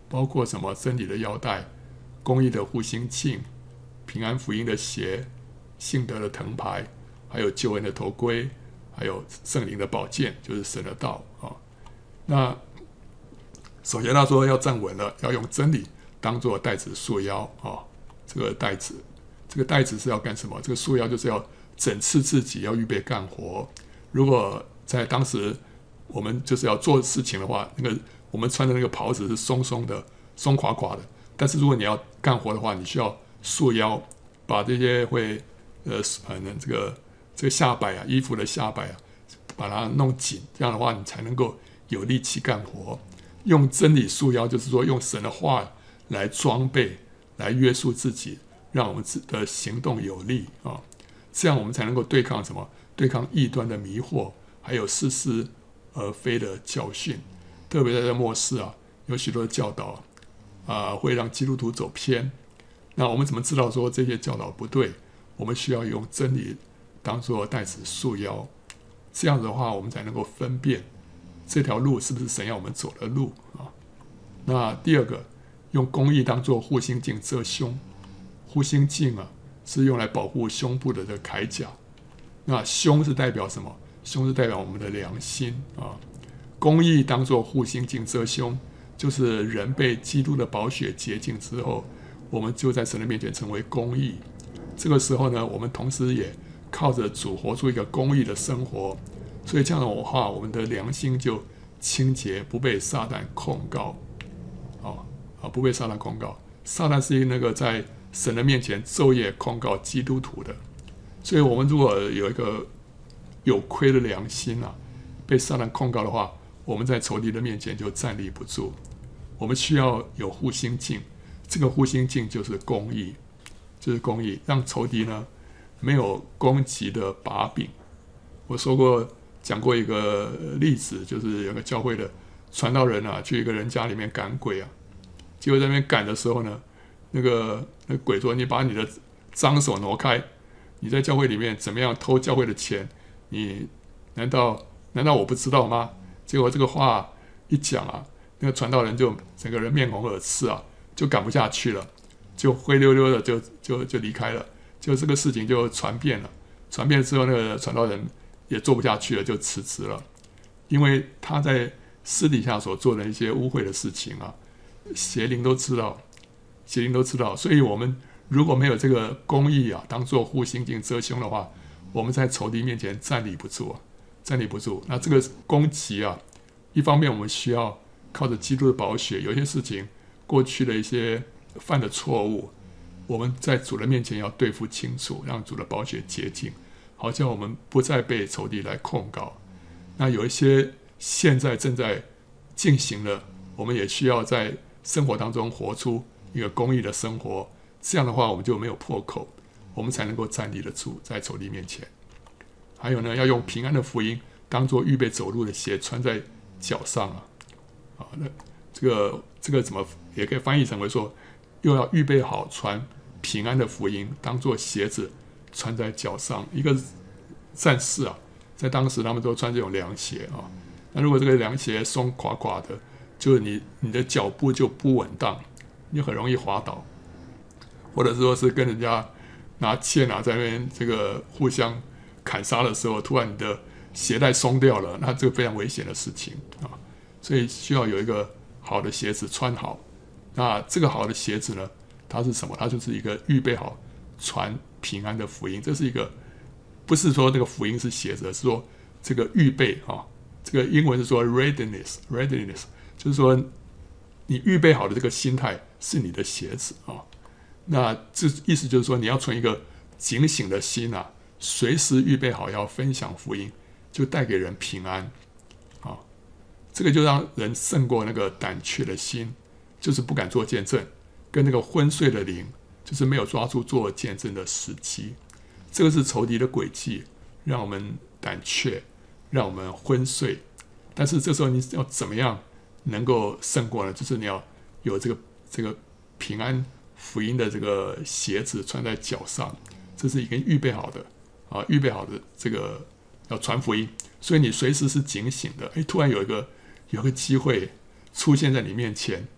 A: 包括什么真理的腰带、公义的护心镜、平安福音的鞋、信德的藤牌，还有救恩的头盔，还有圣灵的宝剑，就是神的道啊。那首先他说要站稳了，要用真理当作带子束腰啊。这个带子是要干什么？这个束腰就是要整治自己，要预备干活。如果在当时我们就是要做事情的话，我们穿的那个袍子是松松的、松垮垮的。但是如果你要干活的话，你需要束腰，把这些会这个下摆啊，衣服的下摆啊，把它弄紧，这样的话你才能够有力气干活。用真理束腰，就是说用神的话来装备、来约束自己，让我们的行动有力啊。这样我们才能够对抗什么？对抗异端的迷惑，还有似是而非的教训。特别在这末世啊，有许多的教导会让基督徒走偏。那我们怎么知道说这些教导不对？我们需要用真理当作带子束腰，这样子的话，我们才能够分辨这条路是不是神要我们走的路啊。那第二个，用公义当作护心镜遮胸。护心镜啊，是用来保护胸部的这个铠甲。那胸是代表什么？胸是代表我们的良心啊。公义当作护心镜遮胸，就是人被基督的宝血洁净之后，我们就在神的面前成为公义。这个时候呢，我们同时也靠着主活出一个公义的生活，所以这样的话，我们的良心就清洁，不被撒旦控告。不被撒旦控告。撒旦是那个在神的面前昼夜控告基督徒的。所以我们如果有一个有亏的良心啊，被撒旦控告的话，我们在仇敌的面前就站立不住。我们需要有护心镜，这个护心镜就是公义，让仇敌呢没有攻击的把柄。我讲过一个例子，就是有个教会的传道人啊，去一个人家里面赶鬼啊，结果在那边赶的时候呢，那个鬼说：“你把你的脏手挪开，你在教会里面怎么样偷教会的钱？你难道我不知道吗？”结果这个话一讲啊，那个传道人就整个人面红耳赤啊，就赶不下去了，就灰溜溜的就离开了。就这个事情就传遍了，传遍之后，那个传道人也做不下去了，就辞职了。因为他在私底下所做的一些污秽的事情啊，邪灵都知道，所以我们如果没有这个公义啊，当做护心镜遮胸的话，我们在仇敌面前站立不住。那这个攻击啊，一方面我们需要靠着基督的宝血，有些事情过去的一些犯的错误，我们在主的面前要对付清楚，让主的宝血洁净，好像我们不再被仇敌来控告。那有一些现在正在进行了，我们也需要在生活当中活出一个公义的生活，这样的话我们就没有破口，我们才能够站立得住在仇敌面前。还有呢，要用平安的福音当作预备走路的鞋穿在脚上啊。那这个怎么也可以翻译成为说，又要预备好传平安的福音当作鞋子穿在脚上。一个战士啊，在当时他们都穿这种凉鞋啊。那如果这个凉鞋松垮垮的，就是你的脚步就不稳当，你很容易滑倒，或者说是跟人家拿剑在那边这个互相砍杀的时候，突然你的鞋带松掉了，那这个非常危险的事情啊。所以需要有一个好的鞋子穿好。那这个好的鞋子呢，它是什么？它就是一个预备好传平安的福音。这是一个，不是说这个福音是鞋子，而是说这个预备啊。这个英文是说 readiness， 就是说你预备好的这个心态是你的鞋子啊。那这意思就是说，你要存一个警醒的心啊，随时预备好要分享福音，就带给人平安啊。这个就让人胜过那个胆怯的心，就是不敢做见证，跟那个昏睡的灵，就是没有抓住做见证的时机。这个是仇敌的诡计，让我们胆怯，让我们昏睡。但是这时候你要怎么样能够胜过呢？就是你要有这个平安福音的这个鞋子穿在脚上，这是已经预备好的啊，预备好的这个要传福音，所以你随时是警醒的。突然有一个机会出现在你面前，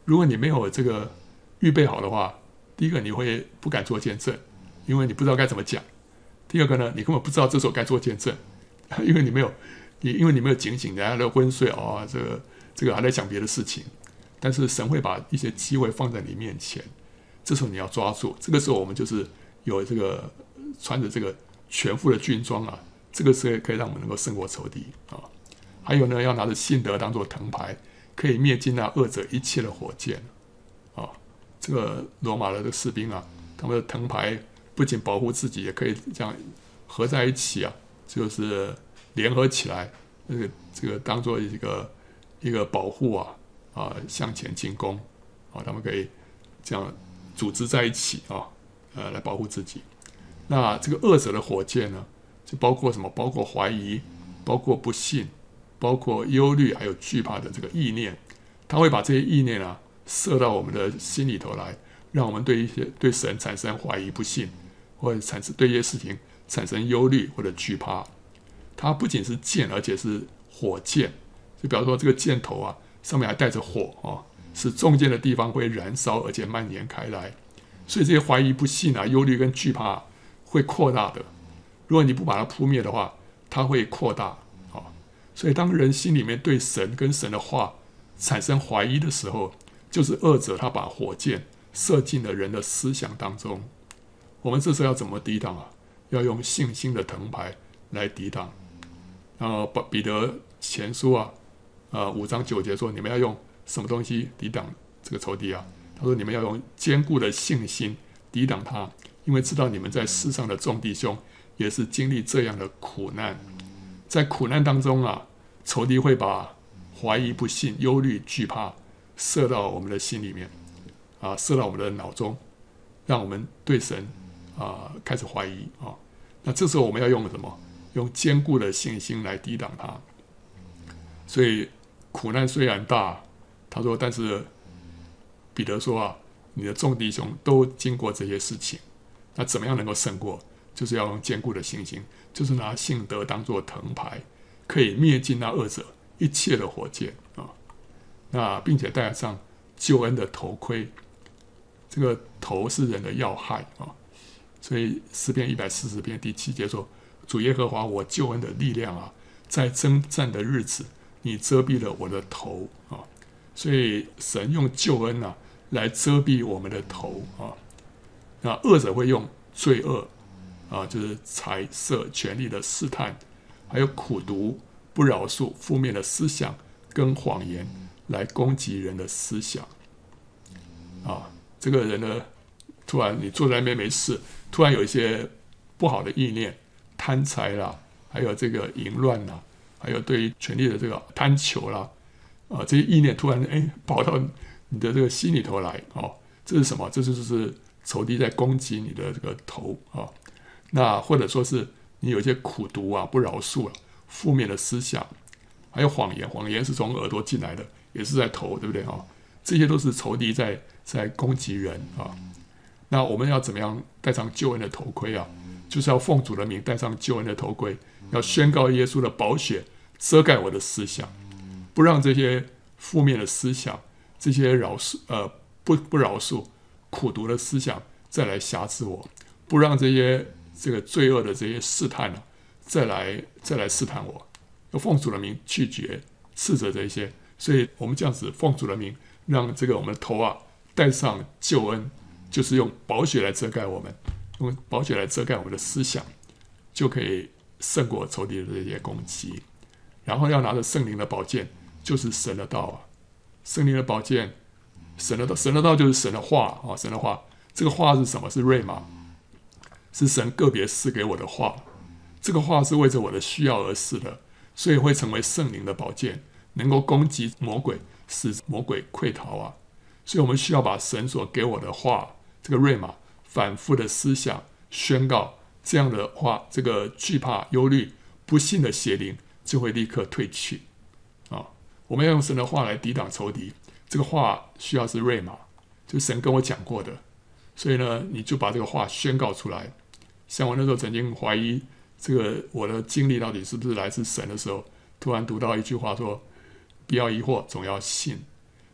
A: 如果你没有这个预备好的话，第一个你会不敢做见证，因为你不知道该怎么讲；第二个呢，你根本不知道这时候该做见证，因为你没有警醒，人家都昏睡哦，这个还在讲别的事情。但是神会把一些机会放在你面前，这时候你要抓住。这个时候我们就是有这个穿着这个全副的军装啊，这个是可以让我们能够胜过仇敌啊。还有呢，要拿着信德当作藤牌，可以灭尽那恶者一切的火箭啊。这个罗马的这个士兵啊，他们的藤牌不仅保护自己，也可以这样合在一起啊，就是联合起来，这个当做一个保护向前进攻他们可以这样组织在一起来保护自己。那这个恶者的火箭呢，就包括什么？包括怀疑，包括不信，包括忧虑，还有惧怕的这个意念。他会把这些意念射到我们的心里头来，让我们对神产生怀疑、不信，或者对一些事情产生忧虑或者惧怕。它不仅是箭，而且是火箭，就比方说这个箭头上面还带着火使中箭的地方会燃烧，而且蔓延开来。所以这些怀疑、不信忧虑跟惧怕会扩大的。如果你不把它扑灭的话，它会扩大所以当人心里面对神跟神的话产生怀疑的时候，就是恶者他把火箭射进了人的思想当中。我们这时候要怎么抵挡要用信心的藤牌来抵挡。彼得前书5章9节说，你们要用什么东西抵挡这个仇敌他说你们要用坚固的信心抵挡他，因为知道你们在世上的众弟兄也是经历这样的苦难。在苦难当中仇敌会把怀疑、不信、忧虑、惧怕射到我们的心里面射到我们的脑中，让我们对神开始怀疑那这时候我们要用什么？用坚固的信心来抵挡它。所以苦难虽然大，他说，但是彼得说你的众弟兄都经过这些事情，那怎么样能够胜过？就是要用坚固的信心，就是拿信德当作藤牌，可以灭尽那恶者一切的火箭那并且戴上救恩的头盔。这个头是人的要害所以诗篇140篇第7节说，主耶和华我救恩的力量在征战的日子，你遮蔽了我的头所以神用救恩来遮蔽我们的头那恶者会用罪恶就是财色权力的试探，还有苦毒、不饶恕、负面的思想跟谎言来攻击人的思想这个人呢，突然你坐在那边没事，突然有一些不好的意念，贪财啦，还有这个淫乱啦，还有对于权力的这个贪求啦这些意念突然跑到你的这个心里头来这是什么？这就是仇敌在攻击你的这个头那或者说是你有一些苦毒不饶恕负面的思想，还有谎言，谎言是从耳朵进来的，也是在头，对不对这些都是仇敌在攻击人那我们要怎么样戴上救恩的头盔就是要奉主的名戴上救恩的头盔，要宣告耶稣的宝血遮盖我的思想，不让这些负面的思想，这些不饶恕、苦毒的思想再来辖制我，不让这个罪恶的这些试探再来试探我，要奉主的名拒绝斥责这些。所以我们这样子奉主的名，让这个我们的头戴上救恩，就是用宝血来遮盖我们，用宝血来遮盖我们的思想，就可以胜过仇敌的这些攻击。然后要拿着圣灵的宝剑，就是神的道圣灵的宝剑，神的道就是神的话神的话。这个话是什么？是瑞玛，是神个别赐给我的话。这个话是为着我的需要而赐的，所以会成为圣灵的宝剑，能够攻击魔鬼，使魔鬼溃逃所以我们需要把神所给我的话，这个瑞玛，反复的思想宣告，这样的话，这个惧怕、忧虑、不信的邪灵就会立刻退去我们要用神的话来抵挡仇敌。这个话需要是瑞玛，就是神跟我讲过的，所以呢，你就把这个话宣告出来。像我那时候曾经怀疑这个我的经历到底是不是来自神的时候，突然读到一句话说，不要疑惑，总要信。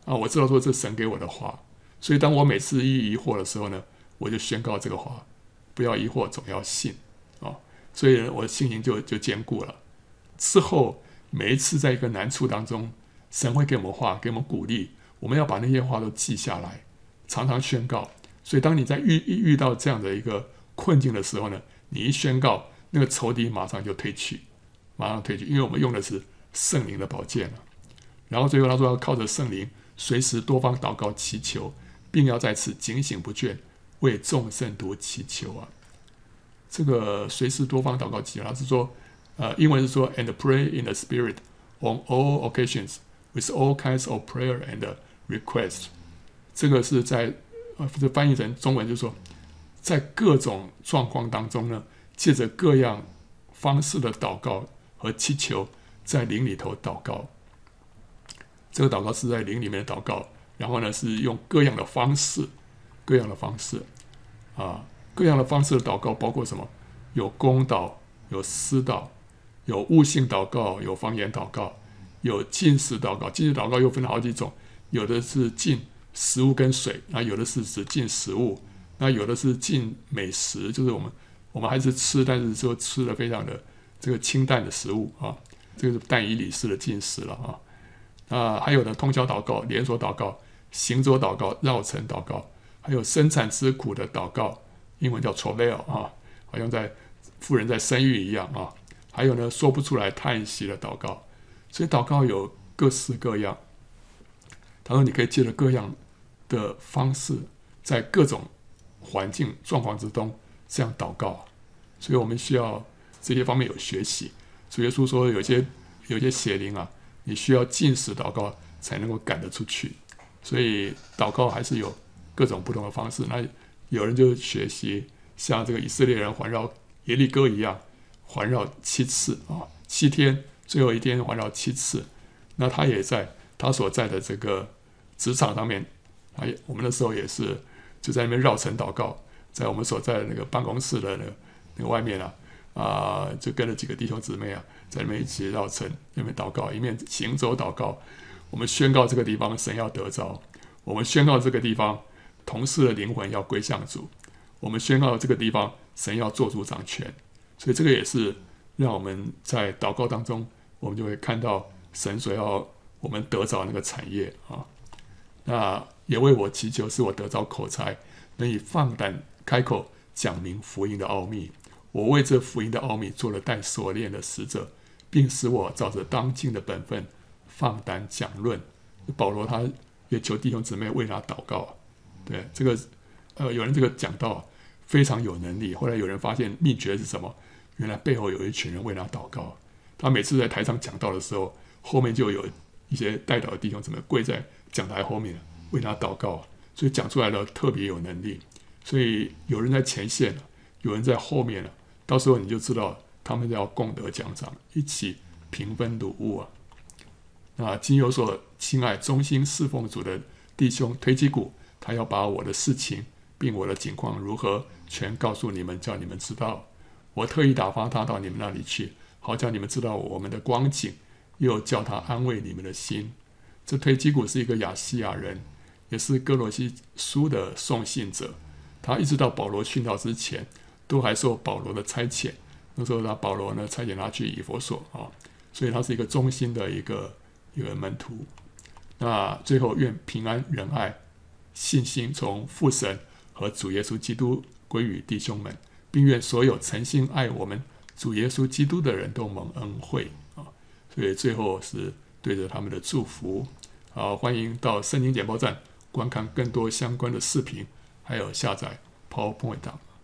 A: 我知道说这神给我的话，所以当我每次疑惑的时候呢，我就宣告这个话：不要疑惑，总要信所以我的信心就坚固了。之后每一次在一个难处当中，神会给我们话，给我们鼓励，我们要把那些话都记下来，常常宣告。所以当你在遇到这样的一个困境的时候呢，你一宣告，那个仇敌马上就退去，因为我们用的是圣灵的宝剑了。然后最后他说要靠着圣灵，随时多方祷告祈求，并要在此警醒不倦，为众圣徒祈求这个随时多方祷告祈求，他是说，英文是说 and pray in the spirit on all occasions with all kinds of prayer and request。这个是在这翻译成中文就是说，在各种状况当中呢，借着各样方式的祷告和祈求，在灵里头祷告。这个祷告是在灵里面的祷告，然后呢是用各样的方式各样的方式的祷告包括什么？有公祷，有私祷，有悟性祷告，有方言祷告，有禁食祷告。禁食祷告又分了好几种，有的是禁食物跟水，那有的是只禁食物，那有的是禁美食，就是我们还是吃，但是说吃的非常的这个清淡的食物这个是但以理式的禁食了还有呢通宵祷告、连锁祷告、行走祷告、绕城祷告，还有生产之苦的祷告，英文叫 travail 好像在妇人在生育一样还有呢说不出来叹息的祷告。所以祷告有各式各样，他说你可以借着各样的方式，在各种环境状况之中这样祷告。所以我们需要这些方面有学习。主耶稣说有些邪灵你需要禁食祷告才能够赶得出去。所以祷告还是有各种不同的方式。那有人就学习像这个以色列人环绕耶利哥一样，环绕7次7天，最后一天环绕7次。那他也在他所在的这个职场上面，我们那时候也是就在那边绕城祷告，在我们所在的那个办公室的那个外面就跟了几个弟兄姊妹在那边一起绕城那边祷告，一面行走祷告。我们宣告这个地方神要得着，我们宣告这个地方同事的灵魂要归向主，我们宣告这个地方神要做主掌权。所以这个也是让我们在祷告当中，我们就会看到神所要我们得着那个产业那也为我祈求，使我得着口才，能以放胆开口讲明福音的奥秘。我为这福音的奥秘做了带锁链的使者，并使我照着当尽的本分放胆讲论。保罗他也求弟兄姊妹为他祷告。对，这个有人这个讲道非常有能力，后来有人发现秘诀是什么？原来背后有一群人为他祷告。他每次在台上讲道的时候，后面就有一些代祷的弟兄姊妹跪在讲台后面为他祷告，所以讲出来的特别有能力。所以有人在前线，有人在后面到时候你就知道他们要共得奖赏，一起平分鲁物那今有所亲爱忠心侍奉主的弟兄推基古，他要把我的事情并我的境况如何全告诉你们，叫你们知道。我特意打发他到你们那里去，好叫你们知道我们的光景，又叫他安慰你们的心。这推基古是一个亚细亚人，也是哥罗西书的送信者。他一直到保罗殉道之前，都还受保罗的差遣。那时候保罗呢差遣他去以弗所所以他是一个忠心的一个门徒。那最后愿平安仁爱信心从父神和主耶稣基督归于弟兄们，并愿所有诚心爱我们主耶稣基督的人都蒙恩惠所以最后是对着他们的祝福。欢迎到圣经简报站观看更多相关的视频，还有下载 PowerPoint